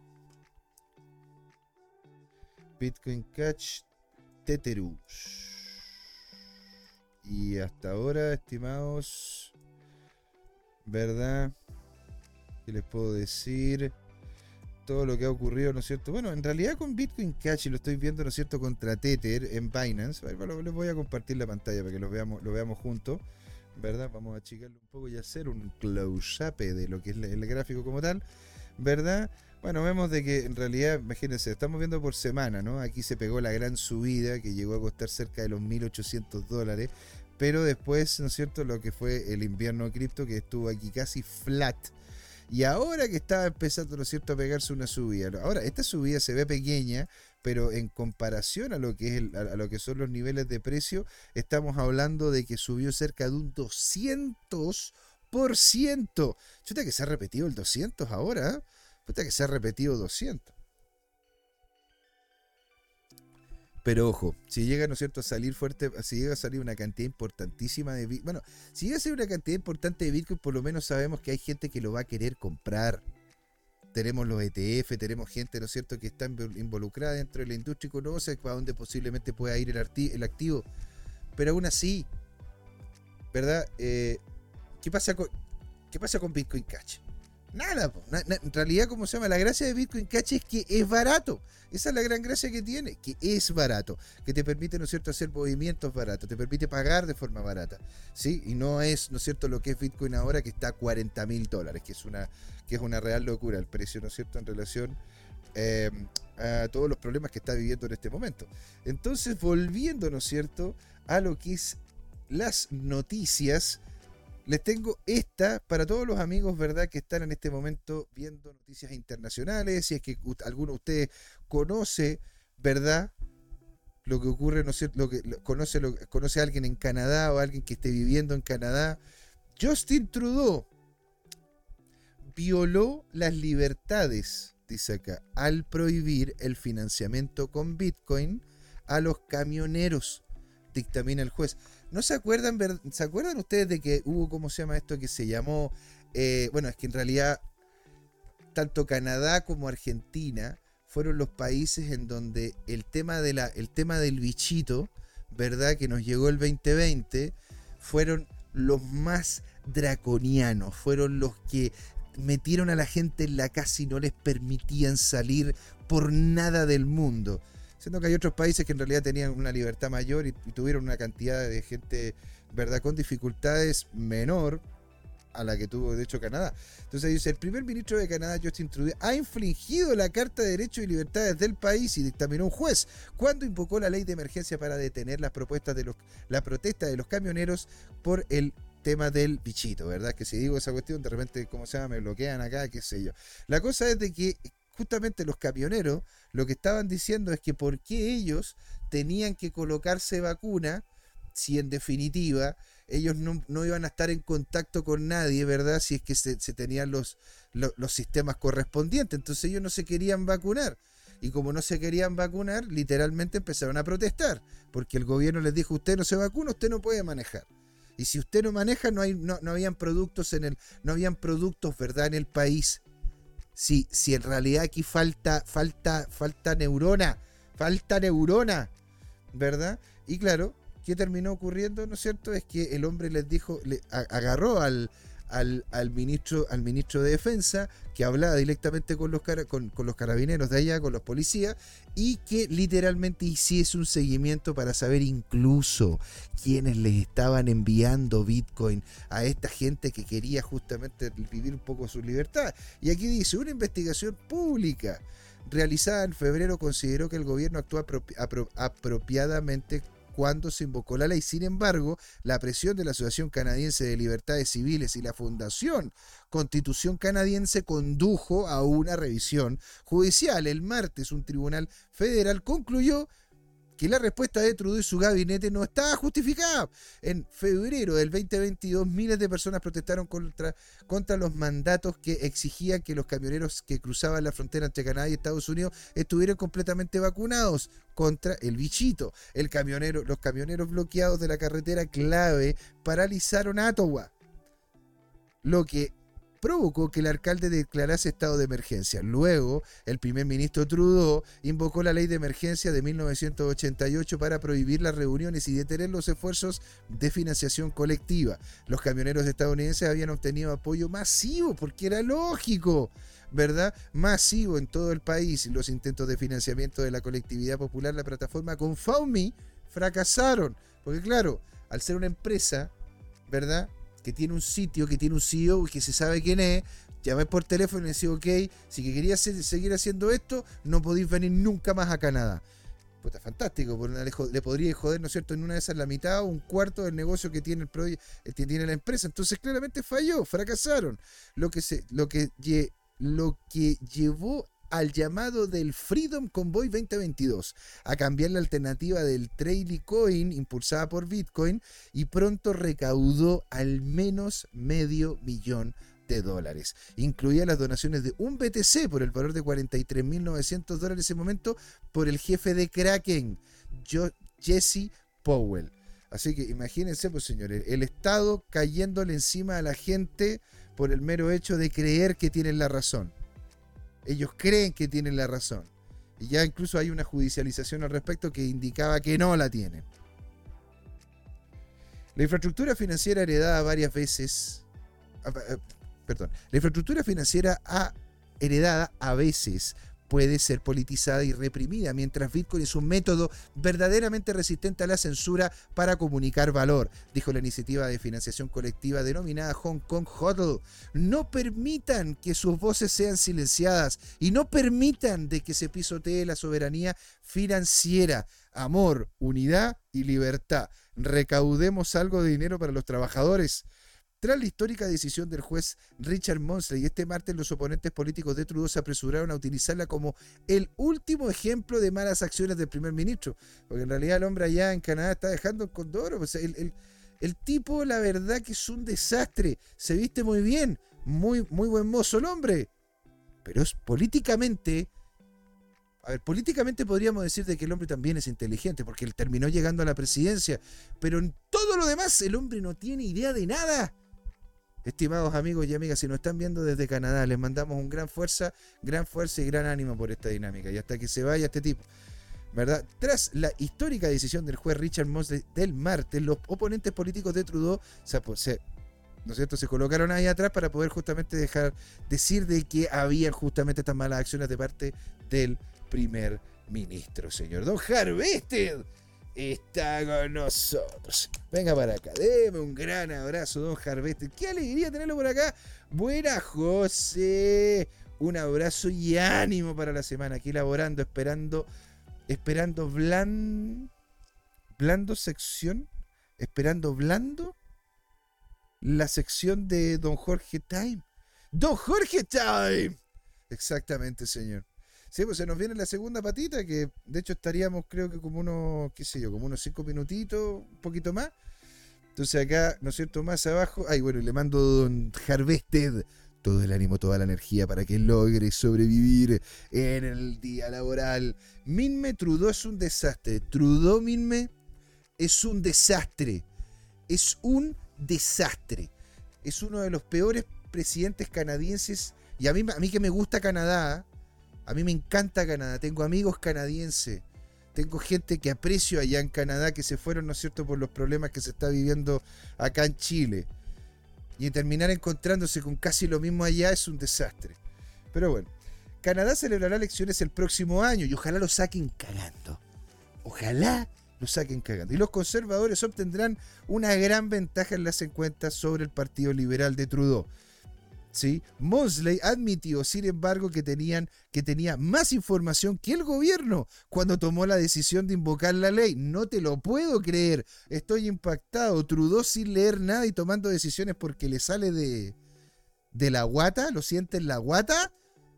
Bitcoin Cash. Tetherus. Y hasta ahora, estimados, ¿verdad? ¿Qué les puedo decir? Todo lo que ha ocurrido, ¿no es cierto? Bueno, en realidad con Bitcoin Cash, y lo estoy viendo, ¿no es cierto?, contra Tether en Binance. Les voy a compartir la pantalla para que lo veamos juntos, ¿verdad? Vamos a achicarlo un poco y hacer un close-up de lo que es el gráfico como tal, ¿verdad? Bueno, vemos de que en realidad, imagínense, estamos viendo por semana, ¿no? Aquí se pegó la gran subida que llegó a costar cerca de los $1.800, pero después, ¿no es cierto?, lo que fue el invierno cripto que estuvo aquí casi flat. Y ahora que estaba empezando, ¿no es cierto?, a pegarse una subida. Ahora, esta subida se ve pequeña, pero en comparación a lo que es a lo que son los niveles de precio, estamos hablando de que subió cerca de un 200%. Chuta que se ha repetido el 200 ahora, ¿eh? Puta que se ha repetido 200. Pero ojo, si llega, ¿no es cierto?, a salir fuerte, si llega a salir una cantidad importantísima de Bitcoin, bueno, si llega a ser una cantidad importante de Bitcoin, por lo menos sabemos que hay gente que lo va a querer comprar. Tenemos los ETF, tenemos gente, ¿no es cierto?, que está involucrada dentro de la industria y conoce para dónde posiblemente pueda ir el activo. Pero aún así, ¿verdad? ¿Qué pasa con Bitcoin Cash? Nada, en realidad, ¿cómo se llama? La gracia de Bitcoin Cash es que es barato. Esa es la gran gracia que tiene, que es barato, que te permite, ¿no es cierto?, hacer movimientos baratos, te permite pagar de forma barata, ¿sí? Y no es, ¿no es cierto?, lo que es Bitcoin ahora, que está a $40.000, que es una real locura el precio, ¿no es cierto?, en relación eh, a todos los problemas que está viviendo en este momento. Entonces, volviendo, ¿no es cierto?, a lo que es las noticias. Les tengo esta para todos los amigos, ¿verdad?, que están en este momento viendo noticias internacionales. Si es que alguno de ustedes conoce, ¿verdad?, lo que ocurre, ¿no es cierto?, conoce a alguien en Canadá o a alguien que esté viviendo en Canadá. Justin Trudeau violó las libertades, dice acá, al prohibir el financiamiento con Bitcoin a los camioneros, dictamina el juez. ¿No se acuerdan, se acuerdan ustedes de que hubo, ¿cómo se llama esto? Que se llamó, bueno, es que en realidad tanto Canadá como Argentina fueron los países en donde el tema del bichito, ¿verdad?, que nos llegó el 2020, fueron los más draconianos, fueron los que metieron a la gente en la casa y no les permitían salir por nada del mundo. Siendo que hay otros países que en realidad tenían una libertad mayor y tuvieron una cantidad de gente, ¿verdad?, con dificultades menor a la que tuvo, de hecho, Canadá. Entonces dice, el primer ministro de Canadá, Justin Trudeau, ha infringido la Carta de Derechos y Libertades del país y dictaminó un juez cuando invocó la ley de emergencia para detener la protesta de los camioneros por el tema del bichito, ¿verdad? Que si digo esa cuestión, de repente, ¿cómo se llama?, me bloquean acá, qué sé yo. La cosa es de que justamente los camioneros lo que estaban diciendo es que por qué ellos tenían que colocarse vacuna si en definitiva ellos no iban a estar en contacto con nadie, ¿verdad?, si es que se tenían los sistemas correspondientes. Entonces ellos no se querían vacunar. Y como no se querían vacunar, literalmente empezaron a protestar, porque el gobierno les dijo, usted no se vacuna, usted no puede manejar. Y si usted no maneja, no habían productos no habían productos, ¿verdad?, en el país. Si en realidad aquí falta neurona, ¿verdad? Y claro, ¿qué terminó ocurriendo, no es cierto? Es que el hombre les dijo, agarró al ministro de Defensa, que hablaba directamente con los carabineros de allá, con los policías, y que literalmente hiciese un seguimiento para saber incluso quiénes les estaban enviando Bitcoin a esta gente que quería justamente vivir un poco su libertad. Y aquí dice, una investigación pública realizada en febrero consideró que el gobierno actuó apropiadamente cuando se invocó la ley. Sin embargo, la presión de la Asociación Canadiense de Libertades Civiles y la Fundación Constitución Canadiense condujo a una revisión judicial. El martes, un tribunal federal concluyó que la respuesta de Trudeau y su gabinete no estaba justificada. En febrero del 2022, miles de personas protestaron contra los mandatos que exigían que los camioneros que cruzaban la frontera entre Canadá y Estados Unidos estuvieran completamente vacunados contra el bichito. Los camioneros bloqueados de la carretera clave paralizaron a Ottawa, lo que provocó que el alcalde declarase estado de emergencia. Luego, el primer ministro Trudeau invocó la ley de emergencia de 1988 para prohibir las reuniones y detener los esfuerzos de financiación colectiva. Los camioneros estadounidenses habían obtenido apoyo masivo, porque era lógico, ¿verdad?, masivo en todo el país. Los intentos de financiamiento de la colectividad popular, la plataforma GoFundMe, fracasaron, porque claro, al ser una empresa, ¿verdad? Que tiene un sitio, que tiene un CEO, que se sabe quién es, llamé por teléfono y le decía, ok, si que quería seguir haciendo esto, no podéis venir nunca más a Canadá. Puta, fantástico, le podría joder, ¿no es cierto?, en una de esas la mitad o un cuarto del negocio que tiene que tiene la empresa. Entonces claramente falló, fracasaron. Lo que llevó al llamado del Freedom Convoy 2022 a cambiar la alternativa del Trailycoin impulsada por Bitcoin, y pronto recaudó al menos $500,000. Incluía las donaciones de un BTC por el valor de $43,900 en ese momento por el jefe de Kraken, Jesse Powell. Así que imagínense, pues señores, el Estado cayéndole encima a la gente por el mero hecho de creer que tienen la razón. Ellos creen que tienen la razón. Y ya incluso hay una judicialización al respecto que indicaba que no la tienen. La infraestructura financiera heredada varias veces... La infraestructura financiera heredada a veces puede ser politizada y reprimida, mientras Bitcoin es un método verdaderamente resistente a la censura para comunicar valor, dijo la iniciativa de financiación colectiva denominada Hong Kong HODL. No permitan que sus voces sean silenciadas y no permitan de que se pisotee la soberanía financiera. Amor, unidad y libertad. Recaudemos algo de dinero para los trabajadores. Tras la histórica decisión del juez Richard Mosley, este martes los oponentes políticos de Trudeau se apresuraron a utilizarla como el último ejemplo de malas acciones del primer ministro, porque en realidad el hombre allá en Canadá está dejando el condoro. O sea, el tipo, la verdad que es un desastre, se viste muy bien, muy buen mozo el hombre, pero es políticamente... políticamente podríamos decir de que el hombre también es inteligente, porque él terminó llegando a la presidencia, pero en todo lo demás el hombre no tiene idea de nada. Estimados amigos y amigas, si nos están viendo desde Canadá, les mandamos un gran fuerza y gran ánimo por esta dinámica. Y hasta que se vaya este tipo, ¿verdad? Tras la histórica decisión del juez Richard Mosley del martes, los oponentes políticos de Trudeau ¿no es cierto?, se colocaron ahí atrás para poder justamente decir de que habían justamente estas malas acciones de parte del primer ministro, señor. Don Harvested está con nosotros. Venga para acá, deme un gran abrazo, don Harvested. Qué alegría tenerlo por acá. Buena, José. Un abrazo y ánimo para la semana. Aquí elaborando, esperando la sección de Don Jorge Time. ¡Don Jorge Time! Exactamente, señor. Sí, pues se nos viene la segunda patita, que de hecho estaríamos, creo que como unos 5 minutitos, un poquito más. Entonces acá, ¿no es cierto?, más abajo. Ay, bueno, le mando a Don Harvested todo el ánimo, toda la energía para que logre sobrevivir en el día laboral. Minme, Trudeau es un desastre. Trudeau, Minme, es un desastre. Es un desastre. Es uno de los peores presidentes canadienses. Y a mí que me gusta Canadá, a mí me encanta Canadá. Tengo amigos canadienses. Tengo gente que aprecio allá en Canadá que se fueron, ¿no es cierto?, por los problemas que se está viviendo acá en Chile. Y terminar encontrándose con casi lo mismo allá es un desastre. Pero bueno, Canadá celebrará elecciones el próximo año y ojalá lo saquen cagando. Ojalá lo saquen cagando. Y los conservadores obtendrán una gran ventaja en las encuestas sobre el Partido Liberal de Trudeau. ¿Sí? Mosley admitió, sin embargo, que tenía más información que el gobierno cuando tomó la decisión de invocar la ley. No te lo puedo creer. Estoy impactado. Trudeau sin leer nada y tomando decisiones porque le sale de la guata. ¿Lo siente en la guata?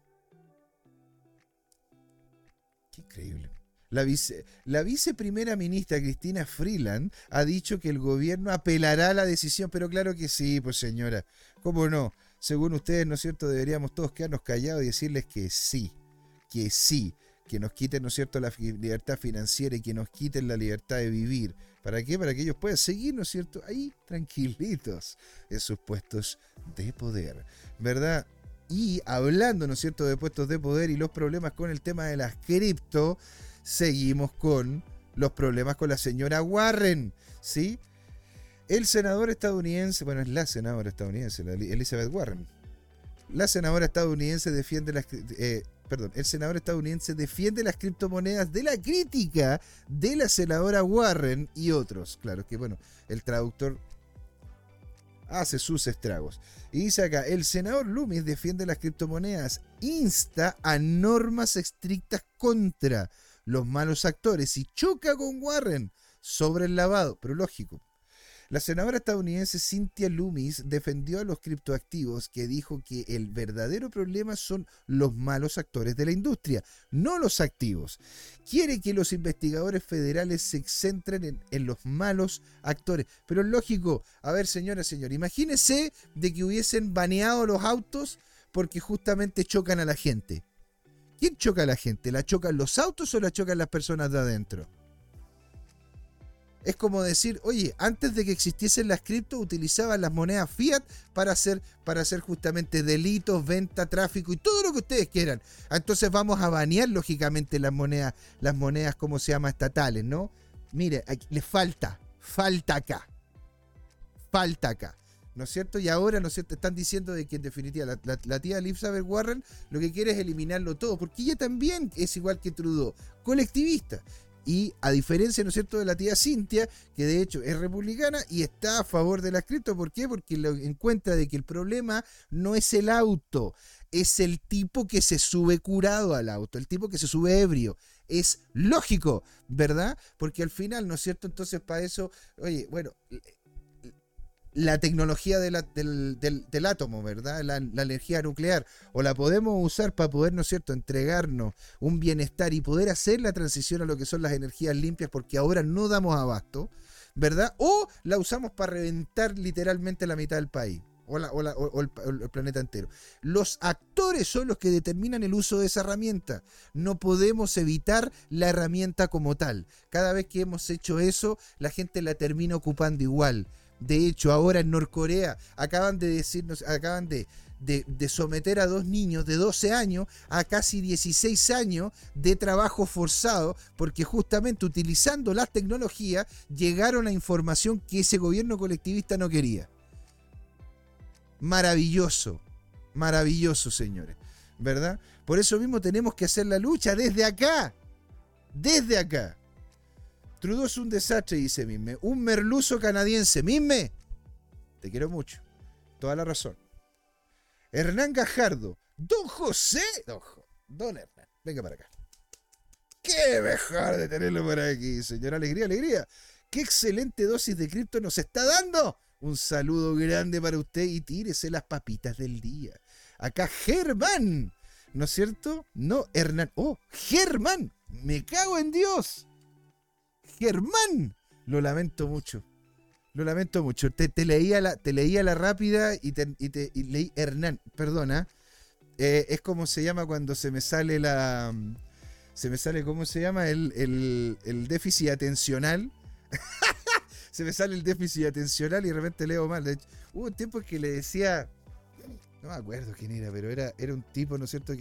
Qué increíble. La viceprimera ministra Cristina Freeland ha dicho que el gobierno apelará a la decisión, pero claro que sí, pues señora, ¿cómo no? Según ustedes, ¿no es cierto?, deberíamos todos quedarnos callados y decirles que sí, que nos quiten, ¿no es cierto?, la libertad financiera y que nos quiten la libertad de vivir. ¿Para qué? Para que ellos puedan seguir, ¿no es cierto?, ahí tranquilitos en sus puestos de poder, ¿verdad? Y hablando, ¿no es cierto?, de puestos de poder y los problemas con el tema de las cripto, seguimos con los problemas con la señora Warren, ¿sí? El senador estadounidense, bueno, es la senadora estadounidense, Elizabeth Warren. La senadora estadounidense el senador estadounidense defiende las criptomonedas de la crítica de la senadora Warren y otros. Claro que, bueno, el traductor hace sus estragos. Y dice acá, el senador Loomis defiende las criptomonedas, insta a normas estrictas contra los malos actores y choca con Warren sobre el lavado, pero lógico. La senadora estadounidense Cynthia Loomis defendió a los criptoactivos, que dijo que el verdadero problema son los malos actores de la industria, no los activos. Quiere que los investigadores federales se centren en los malos actores. Pero es lógico, a ver señora, imagínese de que hubiesen baneado los autos porque justamente chocan a la gente. ¿Quién choca a la gente? ¿La chocan los autos o la chocan las personas de adentro? Es como decir, oye, antes de que existiesen las criptos utilizaban las monedas fiat para hacer justamente delitos, venta, tráfico y todo lo que ustedes quieran. Entonces vamos a banear lógicamente las monedas, ¿cómo se llama? Estatales, ¿no? Mire, le falta acá. ¿No es cierto? Y ahora, ¿no es cierto? Están diciendo de que en definitiva la tía Elizabeth Warren lo que quiere es eliminarlo todo, porque ella también es igual que Trudeau, colectivista. Y a diferencia, ¿no es cierto?, de la tía Cynthia, que de hecho es republicana y está a favor de las cripto. ¿Por qué? Porque lo encuentra de que el problema no es el auto, es el tipo que se sube curado al auto, el tipo que se sube ebrio. Es lógico, ¿verdad? Porque al final, ¿no es cierto? Entonces para eso, oye, bueno, la tecnología del átomo, ¿verdad? La energía nuclear, o la podemos usar para poder, ¿no es cierto?, entregarnos un bienestar y poder hacer la transición a lo que son las energías limpias, porque ahora no damos abasto, ¿verdad? O la usamos para reventar literalmente la mitad del país, o el planeta entero. Los actores son los que determinan el uso de esa herramienta. No podemos evitar la herramienta como tal. Cada vez que hemos hecho eso, la gente la termina ocupando igual. De hecho, ahora en Norcorea acaban de someter a 2 niños de 12 años a casi 16 años de trabajo forzado, porque justamente utilizando las tecnologías llegaron a información que ese gobierno colectivista no quería. Maravilloso, señores, ¿verdad? Por eso mismo tenemos que hacer la lucha desde acá. Trudeau es un desastre, dice Mime. Un merluzo canadiense. Mime, te quiero mucho. Toda la razón. Hernán Gajardo. Don José. Don Hernán. Venga para acá. Qué mejor de tenerlo por aquí, señora. Alegría. Qué excelente dosis de cripto nos está dando. Un saludo grande para usted y tírese las papitas del día. Acá Germán. ¿No es cierto? No, Hernán. Oh, Germán. Me cago en Dios. Germán, lo lamento mucho. Te leía la rápida y leí Hernán, perdona. Es como se llama cuando se me sale ¿cómo se llama? El déficit atencional. Se me sale el déficit atencional y de repente leo mal. De hecho, hubo un tiempo que le decía, no me acuerdo quién era, pero era un tipo, ¿no es cierto?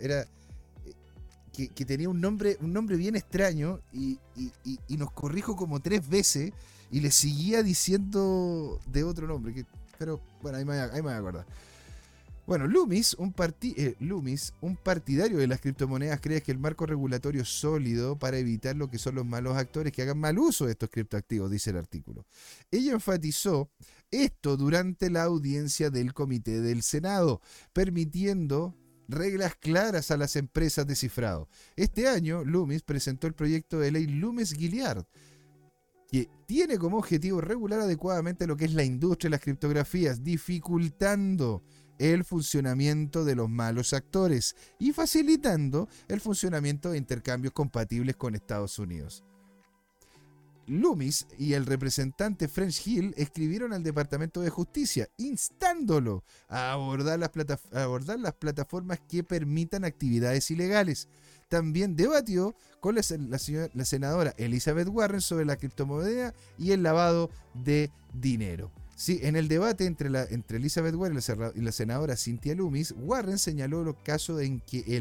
Que tenía un nombre bien extraño y nos corrijo como 3 veces y le seguía diciendo de otro nombre. Pero bueno, ahí me voy a acordar. Bueno, Loomis, un partidario de las criptomonedas, cree que el marco regulatorio es sólido para evitar lo que son los malos actores que hagan mal uso de estos criptoactivos, dice el artículo. Ella enfatizó esto durante la audiencia del Comité del Senado, permitiendo reglas claras a las empresas de cifrado. Este año, Loomis presentó el proyecto de ley Loomis-Gilliard, que tiene como objetivo regular adecuadamente lo que es la industria de las criptografías, dificultando el funcionamiento de los malos actores y facilitando el funcionamiento de intercambios compatibles con Estados Unidos. Loomis y el representante French Hill escribieron al Departamento de Justicia sentándolo a abordar las plataformas que permitan actividades ilegales. También debatió con la senadora Elizabeth Warren sobre la criptomoneda y el lavado de dinero. Sí, en el debate entre Elizabeth Warren y la senadora Cynthia Loomis, Warren señaló el caso en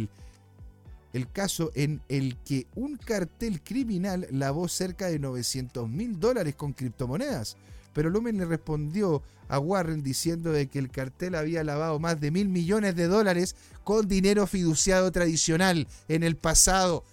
el que un cartel criminal lavó cerca de $900,000 con criptomonedas. Pero Loomis le respondió a Warren diciendo de que el cartel había lavado más de $1.000 millones con dinero fiduciado tradicional en el pasado.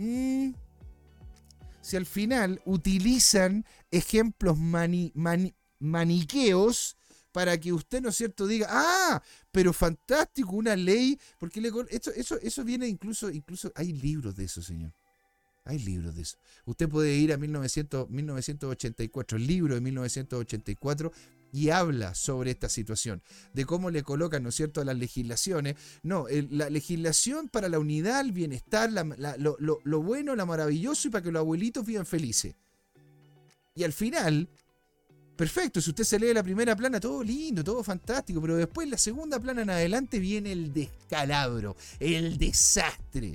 Si al final utilizan ejemplos maniqueos para que usted, ¿no es cierto?, diga, pero fantástico, una ley, porque eso viene incluso hay libros de eso, señor. Hay libros de eso. Usted puede ir a 1984, el libro de 1984, y habla sobre esta situación, de cómo le colocan, ¿no es cierto?, a las legislaciones. No, la legislación para la unidad, el bienestar, lo bueno, lo maravilloso, y para que los abuelitos vivan felices. Y al final, perfecto, si usted se lee la primera plana, todo lindo, todo fantástico, pero después la segunda plana en adelante viene el descalabro, el desastre.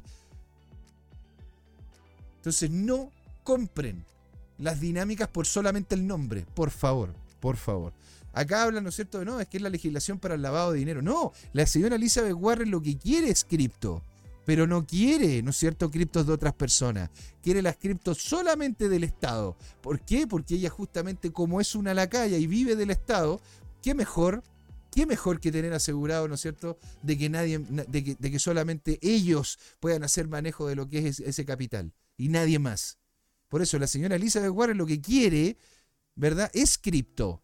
Entonces no compren las dinámicas por solamente el nombre, por favor, por favor. Acá hablan, ¿no es cierto?, no, es que es la legislación para el lavado de dinero. No, la señora Elizabeth Warren lo que quiere es cripto, pero no quiere, ¿no es cierto?, criptos de otras personas. Quiere las criptos solamente del Estado. ¿Por qué? Porque ella justamente, como es una lacaya y vive del Estado, ¿qué mejor que tener asegurado, ¿no es cierto?, de que nadie, de que solamente ellos puedan hacer manejo de lo que es ese capital y nadie más. Por eso la señora Elizabeth Warren lo que quiere, ¿verdad?, es cripto.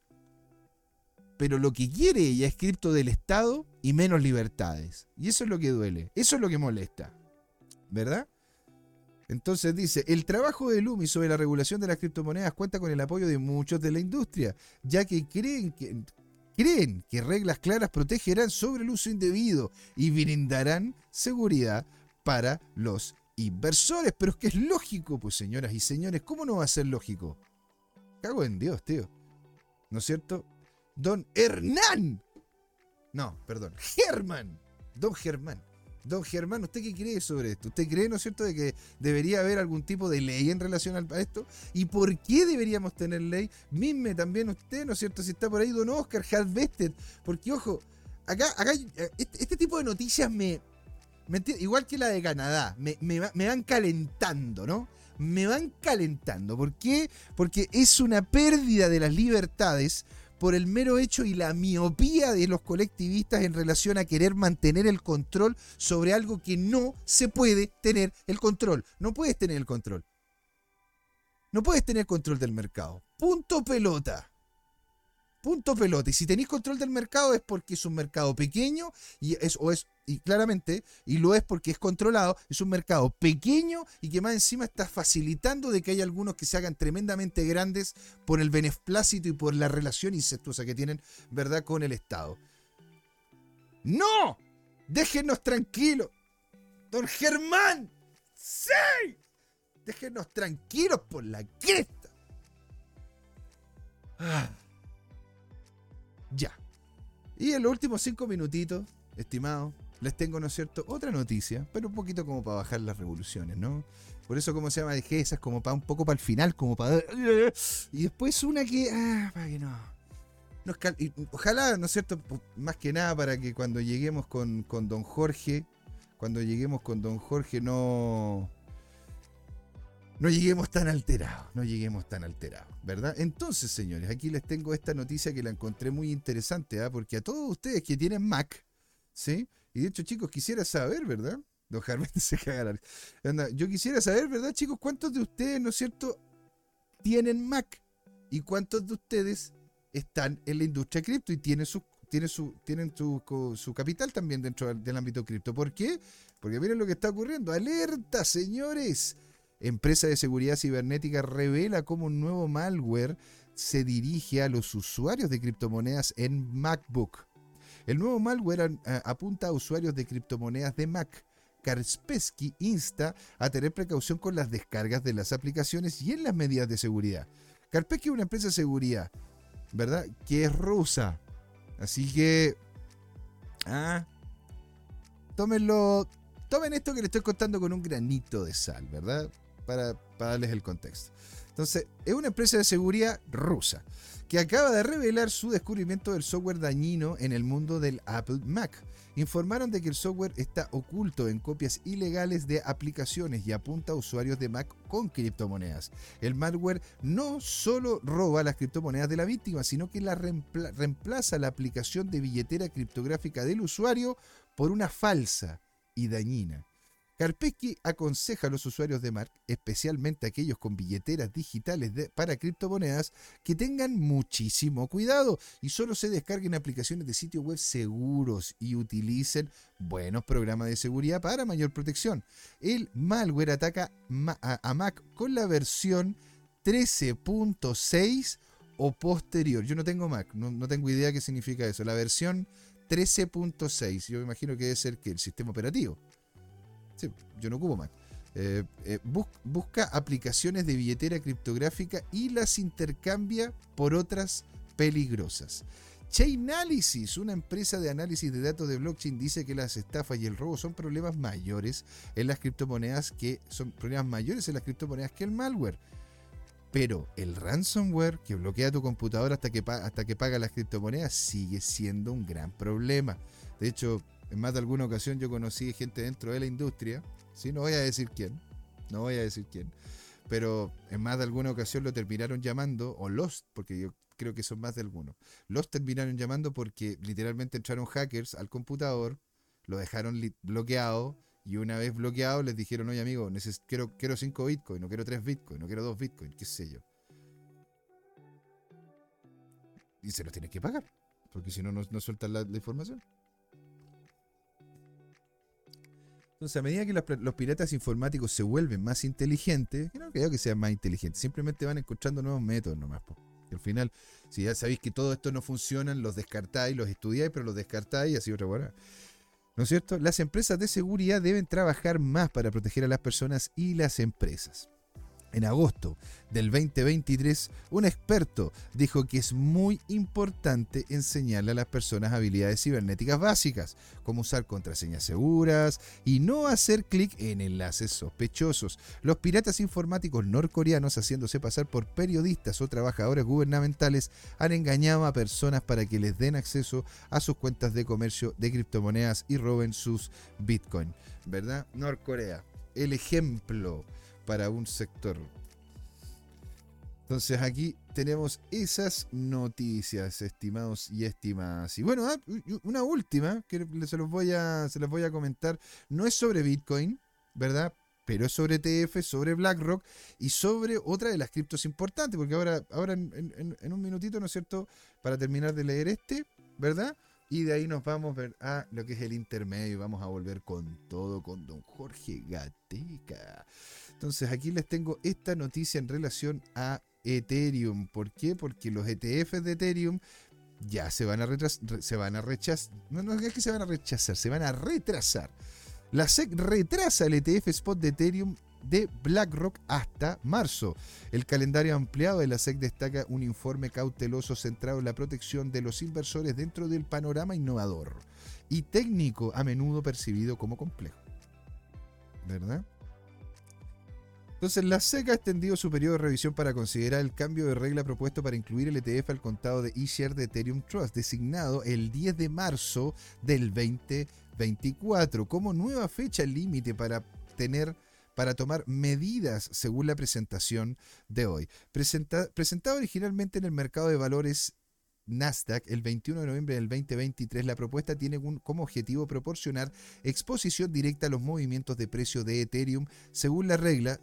Pero lo que quiere ella es cripto del Estado y menos libertades. Y eso es lo que duele, eso es lo que molesta, ¿verdad? Entonces dice, el trabajo de Lumi sobre la regulación de las criptomonedas cuenta con el apoyo de muchos de la industria, ya que creen que reglas claras protegerán sobre el uso indebido y brindarán seguridad para los inversores. Pero es que es lógico, pues, señoras y señores, ¿cómo no va a ser lógico? Cago en Dios, tío. ¿No es cierto? Don Hernán. No, perdón, Germán. Don Germán, ¿usted qué cree sobre esto? ¿Usted cree, ¿no es cierto?, de que debería haber algún tipo de ley en relación a esto? ¿Y por qué deberíamos tener ley? Misme también usted, ¿no es cierto?, si está por ahí don Oscar Hadvested. Porque, ojo, acá este tipo de noticias igual que la de Canadá, me van calentando, ¿no? Me van calentando. ¿Por qué? Porque es una pérdida de las libertades por el mero hecho y la miopía de los colectivistas en relación a querer mantener el control sobre algo que no se puede tener el control. No puedes tener el control. No puedes tener control del mercado. Punto pelota. Punto pelota. Y si tenéis control del mercado es porque es un mercado pequeño y claramente, y lo es porque es controlado, es un mercado pequeño y que más encima está facilitando de que haya algunos que se hagan tremendamente grandes por el beneplácito y por la relación incestuosa que tienen, ¿verdad?, con el Estado. ¡No! ¡Déjennos tranquilos! ¡Don Germán! ¡Sí! ¡Déjennos tranquilos por la cresta! Ya. Y en los últimos 5 minutitos, estimados, les tengo, ¿no es cierto?, otra noticia, pero un poquito como para bajar las revoluciones, ¿no? Por eso, ¿cómo se llama? Dejé esas como para un poco para el final, como para... Y después una que... para que no... Ojalá, ¿no es cierto?, más que nada para que cuando lleguemos con don Jorge, no lleguemos tan alterados, ¿verdad? Entonces, señores, aquí les tengo esta noticia que la encontré muy interesante, porque a todos ustedes que tienen Mac, ¿sí? Y de hecho, chicos, quisiera saber, ¿verdad? Don Jarvén se caga la... Yo quisiera saber, ¿verdad, chicos? ¿Cuántos de ustedes, ¿no es cierto?, tienen Mac? ¿Y cuántos de ustedes están en la industria cripto y tienen su capital también dentro del ámbito cripto? ¿Por qué? Porque miren lo que está ocurriendo. ¡Alerta, señores! Empresa de seguridad cibernética revela cómo un nuevo malware se dirige a los usuarios de criptomonedas en MacBook. El nuevo malware apunta a usuarios de criptomonedas de Mac. Kaspersky insta a tener precaución con las descargas de las aplicaciones y en las medidas de seguridad. Kaspersky es una empresa de seguridad, ¿verdad?, que es rusa. Así que... Tomen esto que les estoy contando con un granito de sal, ¿verdad?, para darles el contexto. Entonces, es una empresa de seguridad rusa que acaba de revelar su descubrimiento del software dañino en el mundo del Apple Mac. Informaron de que el software está oculto en copias ilegales de aplicaciones y apunta a usuarios de Mac con criptomonedas. El malware no solo roba las criptomonedas de la víctima, sino que la reemplaza la aplicación de billetera criptográfica del usuario por una falsa y dañina. Kaspersky aconseja a los usuarios de Mark, especialmente aquellos con billeteras digitales para criptomonedas, que tengan muchísimo cuidado y solo se descarguen aplicaciones de sitios web seguros y utilicen buenos programas de seguridad para mayor protección. El malware ataca a Mac con la versión 13.6 o posterior. Yo no tengo Mac, no tengo idea qué significa eso. La versión 13.6, yo me imagino que debe ser que el sistema operativo. Sí, yo no ocupo Mac. Busca aplicaciones de billetera criptográfica y las intercambia por otras peligrosas. Chainalysis, una empresa de análisis de datos de blockchain, dice que las estafas y el robo son problemas mayores en las criptomonedas que el malware. Pero el ransomware que bloquea tu computadora hasta que paga las criptomonedas sigue siendo un gran problema. De hecho, en más de alguna ocasión yo conocí gente dentro de la industria, ¿sí? No voy a decir quién, pero en más de alguna ocasión lo terminaron llamando, porque yo creo que son más de algunos, los terminaron llamando porque literalmente entraron hackers al computador, lo dejaron bloqueado, y una vez bloqueado les dijeron: oye amigo, quiero 5 bitcoins, no quiero 3 bitcoins, no quiero 2 bitcoins, qué sé yo. Y se los tienes que pagar, porque si no, no sueltan la información. Entonces, a medida que los piratas informáticos se vuelven más inteligentes, que no creo que sean más inteligentes, simplemente van encontrando nuevos métodos nomás. Y al final, si ya sabéis que todo esto no funciona, los descartáis, los estudiáis, pero los descartáis y así otra buena. ¿No es cierto? Las empresas de seguridad deben trabajar más para proteger a las personas y las empresas. En agosto del 2023, un experto dijo que es muy importante enseñarle a las personas habilidades cibernéticas básicas, como usar contraseñas seguras y no hacer clic en enlaces sospechosos. Los piratas informáticos norcoreanos, haciéndose pasar por periodistas o trabajadores gubernamentales, han engañado a personas para que les den acceso a sus cuentas de comercio de criptomonedas y roben sus bitcoins. ¿Verdad? Norcorea, el ejemplo para un sector. Entonces aquí tenemos esas noticias, estimados y estimadas. Y bueno, una última que se los voy a comentar. No es sobre Bitcoin, ¿verdad? Pero es sobre ETF, sobre BlackRock y sobre otra de las criptos importantes. Porque ahora en un minutito, ¿no es cierto? Para terminar de leer ¿verdad? Y de ahí nos vamos a lo que es el intermedio. Vamos a volver con todo con don Jorge Gatica. Entonces aquí les tengo esta noticia en relación a Ethereum. ¿Por qué? Porque los ETFs de Ethereum ya se van a rechazar. No es que se van a rechazar, se van a retrasar. La SEC retrasa el ETF Spot de Ethereum de BlackRock hasta marzo. El calendario ampliado de la SEC destaca un informe cauteloso centrado en la protección de los inversores dentro del panorama innovador y técnico a menudo percibido como complejo. ¿Verdad? Entonces, la SEC ha extendido su periodo de revisión para considerar el cambio de regla propuesto para incluir el ETF al contado de eShare de Ethereum Trust, designado el 10 de marzo del 2024 como nueva fecha límite para tomar medidas según la presentación de hoy. Presentado originalmente en el mercado de valores Nasdaq el 21 de noviembre del 2023, la propuesta tiene como objetivo proporcionar exposición directa a los movimientos de precio de Ethereum según la regla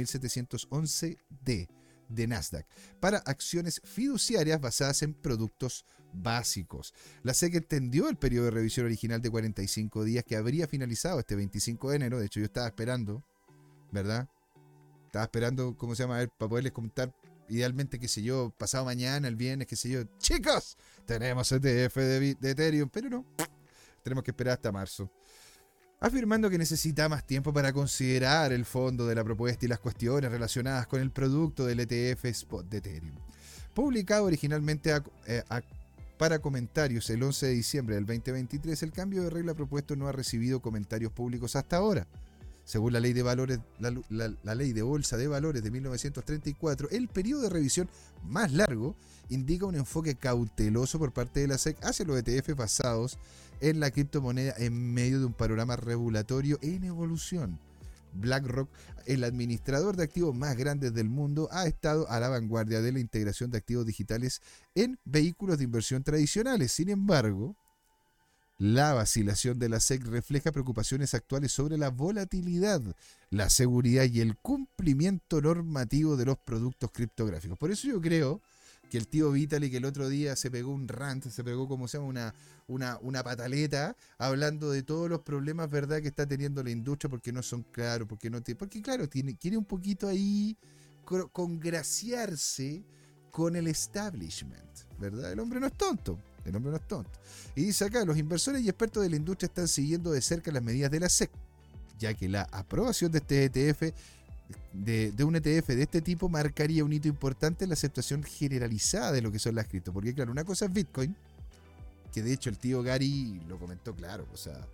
5711D de Nasdaq para acciones fiduciarias basadas en productos básicos. La SEC extendió el periodo de revisión original de 45 días que habría finalizado este 25 de enero. De hecho, yo estaba esperando, ¿verdad? ¿Cómo se llama? A ver, para poderles contar. Idealmente, qué sé yo, pasado mañana, el viernes, qué sé yo, chicos, tenemos ETF de Ethereum, pero no, tenemos que esperar hasta marzo. Afirmando que necesita más tiempo para considerar el fondo de la propuesta y las cuestiones relacionadas con el producto del ETF Spot de Ethereum. Publicado originalmente para comentarios el 11 de diciembre del 2023, el cambio de regla propuesto no ha recibido comentarios públicos hasta ahora. Según la ley de valores, la ley de bolsa de valores de 1934, el periodo de revisión más largo indica un enfoque cauteloso por parte de la SEC hacia los ETF basados en la criptomoneda en medio de un panorama regulatorio en evolución. BlackRock, el administrador de activos más grande del mundo, ha estado a la vanguardia de la integración de activos digitales en vehículos de inversión tradicionales. Sin embargo, La vacilación de la SEC refleja preocupaciones actuales sobre la volatilidad, la seguridad y el cumplimiento normativo de los productos criptográficos. Por eso yo creo que el tío Vitalik el otro día se pegó un rant, se pegó, como se llama, una pataleta, hablando de todos los problemas, ¿verdad?, que está teniendo la industria, porque no son claros, porque claro, quiere un poquito ahí congraciarse con el establishment, ¿verdad? El hombre no es tonto. Y dice acá, los inversores y expertos de la industria están siguiendo de cerca las medidas de la SEC, ya que la aprobación de este ETF, de un ETF de este tipo, marcaría un hito importante en la aceptación generalizada de lo que son las cripto. Porque claro, una cosa es Bitcoin, que de hecho el tío Gary lo comentó claro, o sea...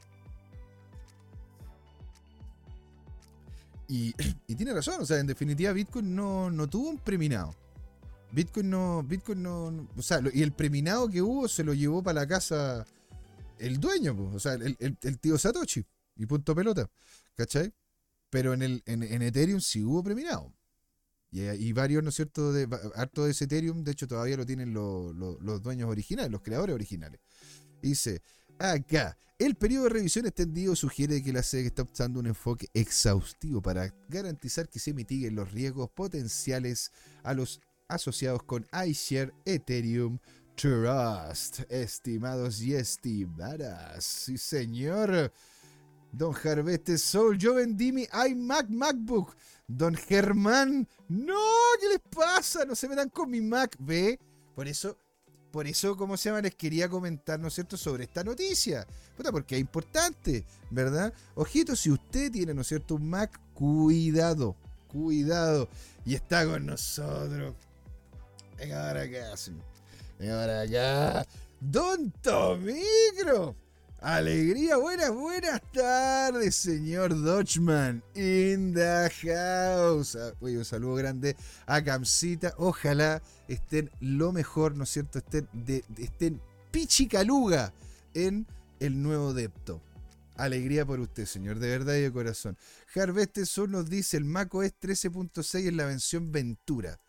Y tiene razón, o sea, en definitiva Bitcoin no tuvo un preminado. Bitcoin no, o sea, y el preminado que hubo se lo llevó para la casa el dueño, pues, o sea, el tío Satoshi, y punto pelota, ¿cachai? Pero en Ethereum sí hubo preminado. Y varios, ¿no es cierto?, harto de ese Ethereum, de hecho todavía lo tienen los dueños originales, los creadores originales. Dice, acá, el periodo de revisión extendido sugiere que la SEC está optando un enfoque exhaustivo para garantizar que se mitiguen los riesgos potenciales a los asociados con iShare Ethereum Trust. Estimados y estimadas, sí señor, Don Harveste Soul, yo vendí mi iMac MacBook. Don Germán, no, ¿qué les pasa? No se metan con mi Mac, ¿ve? Por eso, ¿cómo se llama? Les quería comentar, ¿no es cierto?, sobre esta noticia. Puta, porque es importante, ¿verdad? Ojito, si usted tiene, ¿no es cierto?, un Mac, cuidado. Y está con nosotros. Venga para acá, señor. Venga para acá. Don Tomicro. Alegría, buenas tardes, señor Dodgeman. In the house. Oye, un saludo grande a Camcita. Ojalá estén lo mejor, ¿no es cierto? Estén pichicaluga en el nuevo Depto. Alegría por usted, señor, de verdad y de corazón. Harveste Sur nos dice, el macOS 13.6 es la versión Ventura.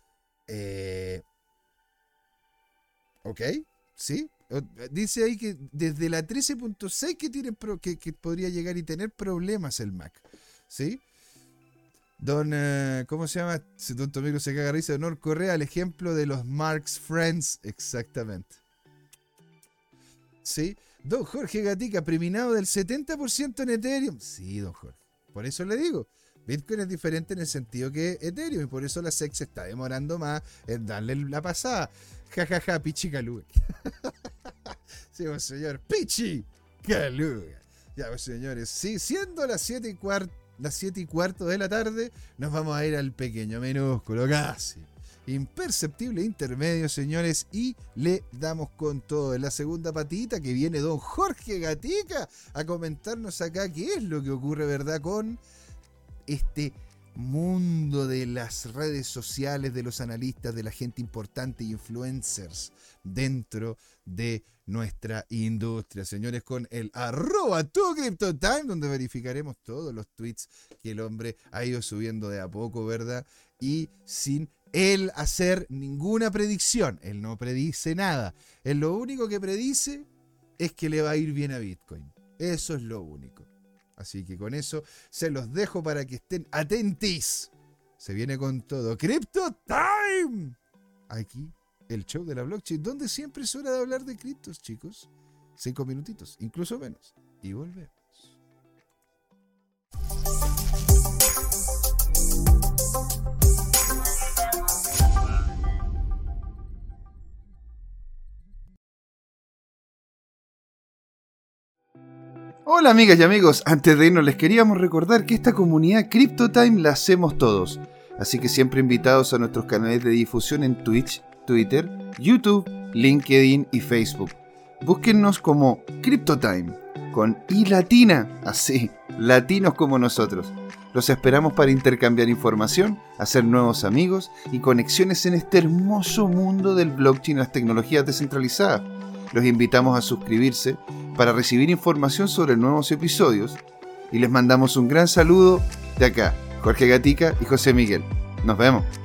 Ok, sí. Dice ahí que desde la 13.6 que podría llegar y tener problemas el Mac. ¿Sí? Don, ¿cómo se llama? Don Tomiro se caga risa. Don Correa, el ejemplo de los Marx Friends. Exactamente. ¿Sí? Don Jorge Gatica, preminado del 70% en Ethereum. Sí, don Jorge. Por eso le digo. Bitcoin es diferente en el sentido que Ethereum, y por eso la SEC se está demorando más en darle la pasada. Ja, pichi caluga. Sí, pues, señor, pichi caluga. Ya, pues, señores, sí, siendo las 7:15 de la tarde, nos vamos a ir al pequeño minúsculo, casi imperceptible intermedio, señores, y le damos con todo. En la segunda patita que viene don Jorge Gatica a comentarnos acá qué es lo que ocurre, ¿verdad?, con este mundo de las redes sociales, de los analistas, de la gente importante, influencers dentro de nuestra industria, señores, con el @TuCryptoTime, donde verificaremos todos los tweets que el hombre ha ido subiendo de a poco, ¿verdad? Y sin él hacer ninguna predicción. Él no predice nada. Él lo único que predice es que le va a ir bien a Bitcoin. Eso es lo único. Así que con eso se los dejo para que estén atentis. Se viene con todo. Crypto Time. Aquí, el show de la blockchain, donde siempre es hora de hablar de criptos, chicos. 5 minutitos, incluso menos. Y volvemos. Hola amigas y amigos, antes de irnos les queríamos recordar que esta comunidad CryptoTime la hacemos todos, así que siempre invitados a nuestros canales de difusión en Twitch, Twitter, YouTube, LinkedIn y Facebook. Búsquennos como CryptoTime, con I latina, así, latinos como nosotros. Los esperamos para intercambiar información, hacer nuevos amigos y conexiones en este hermoso mundo del blockchain y las tecnologías descentralizadas. Los invitamos a suscribirse para recibir información sobre nuevos episodios y les mandamos un gran saludo de acá, Jorge Gatica y José Miguel. Nos vemos.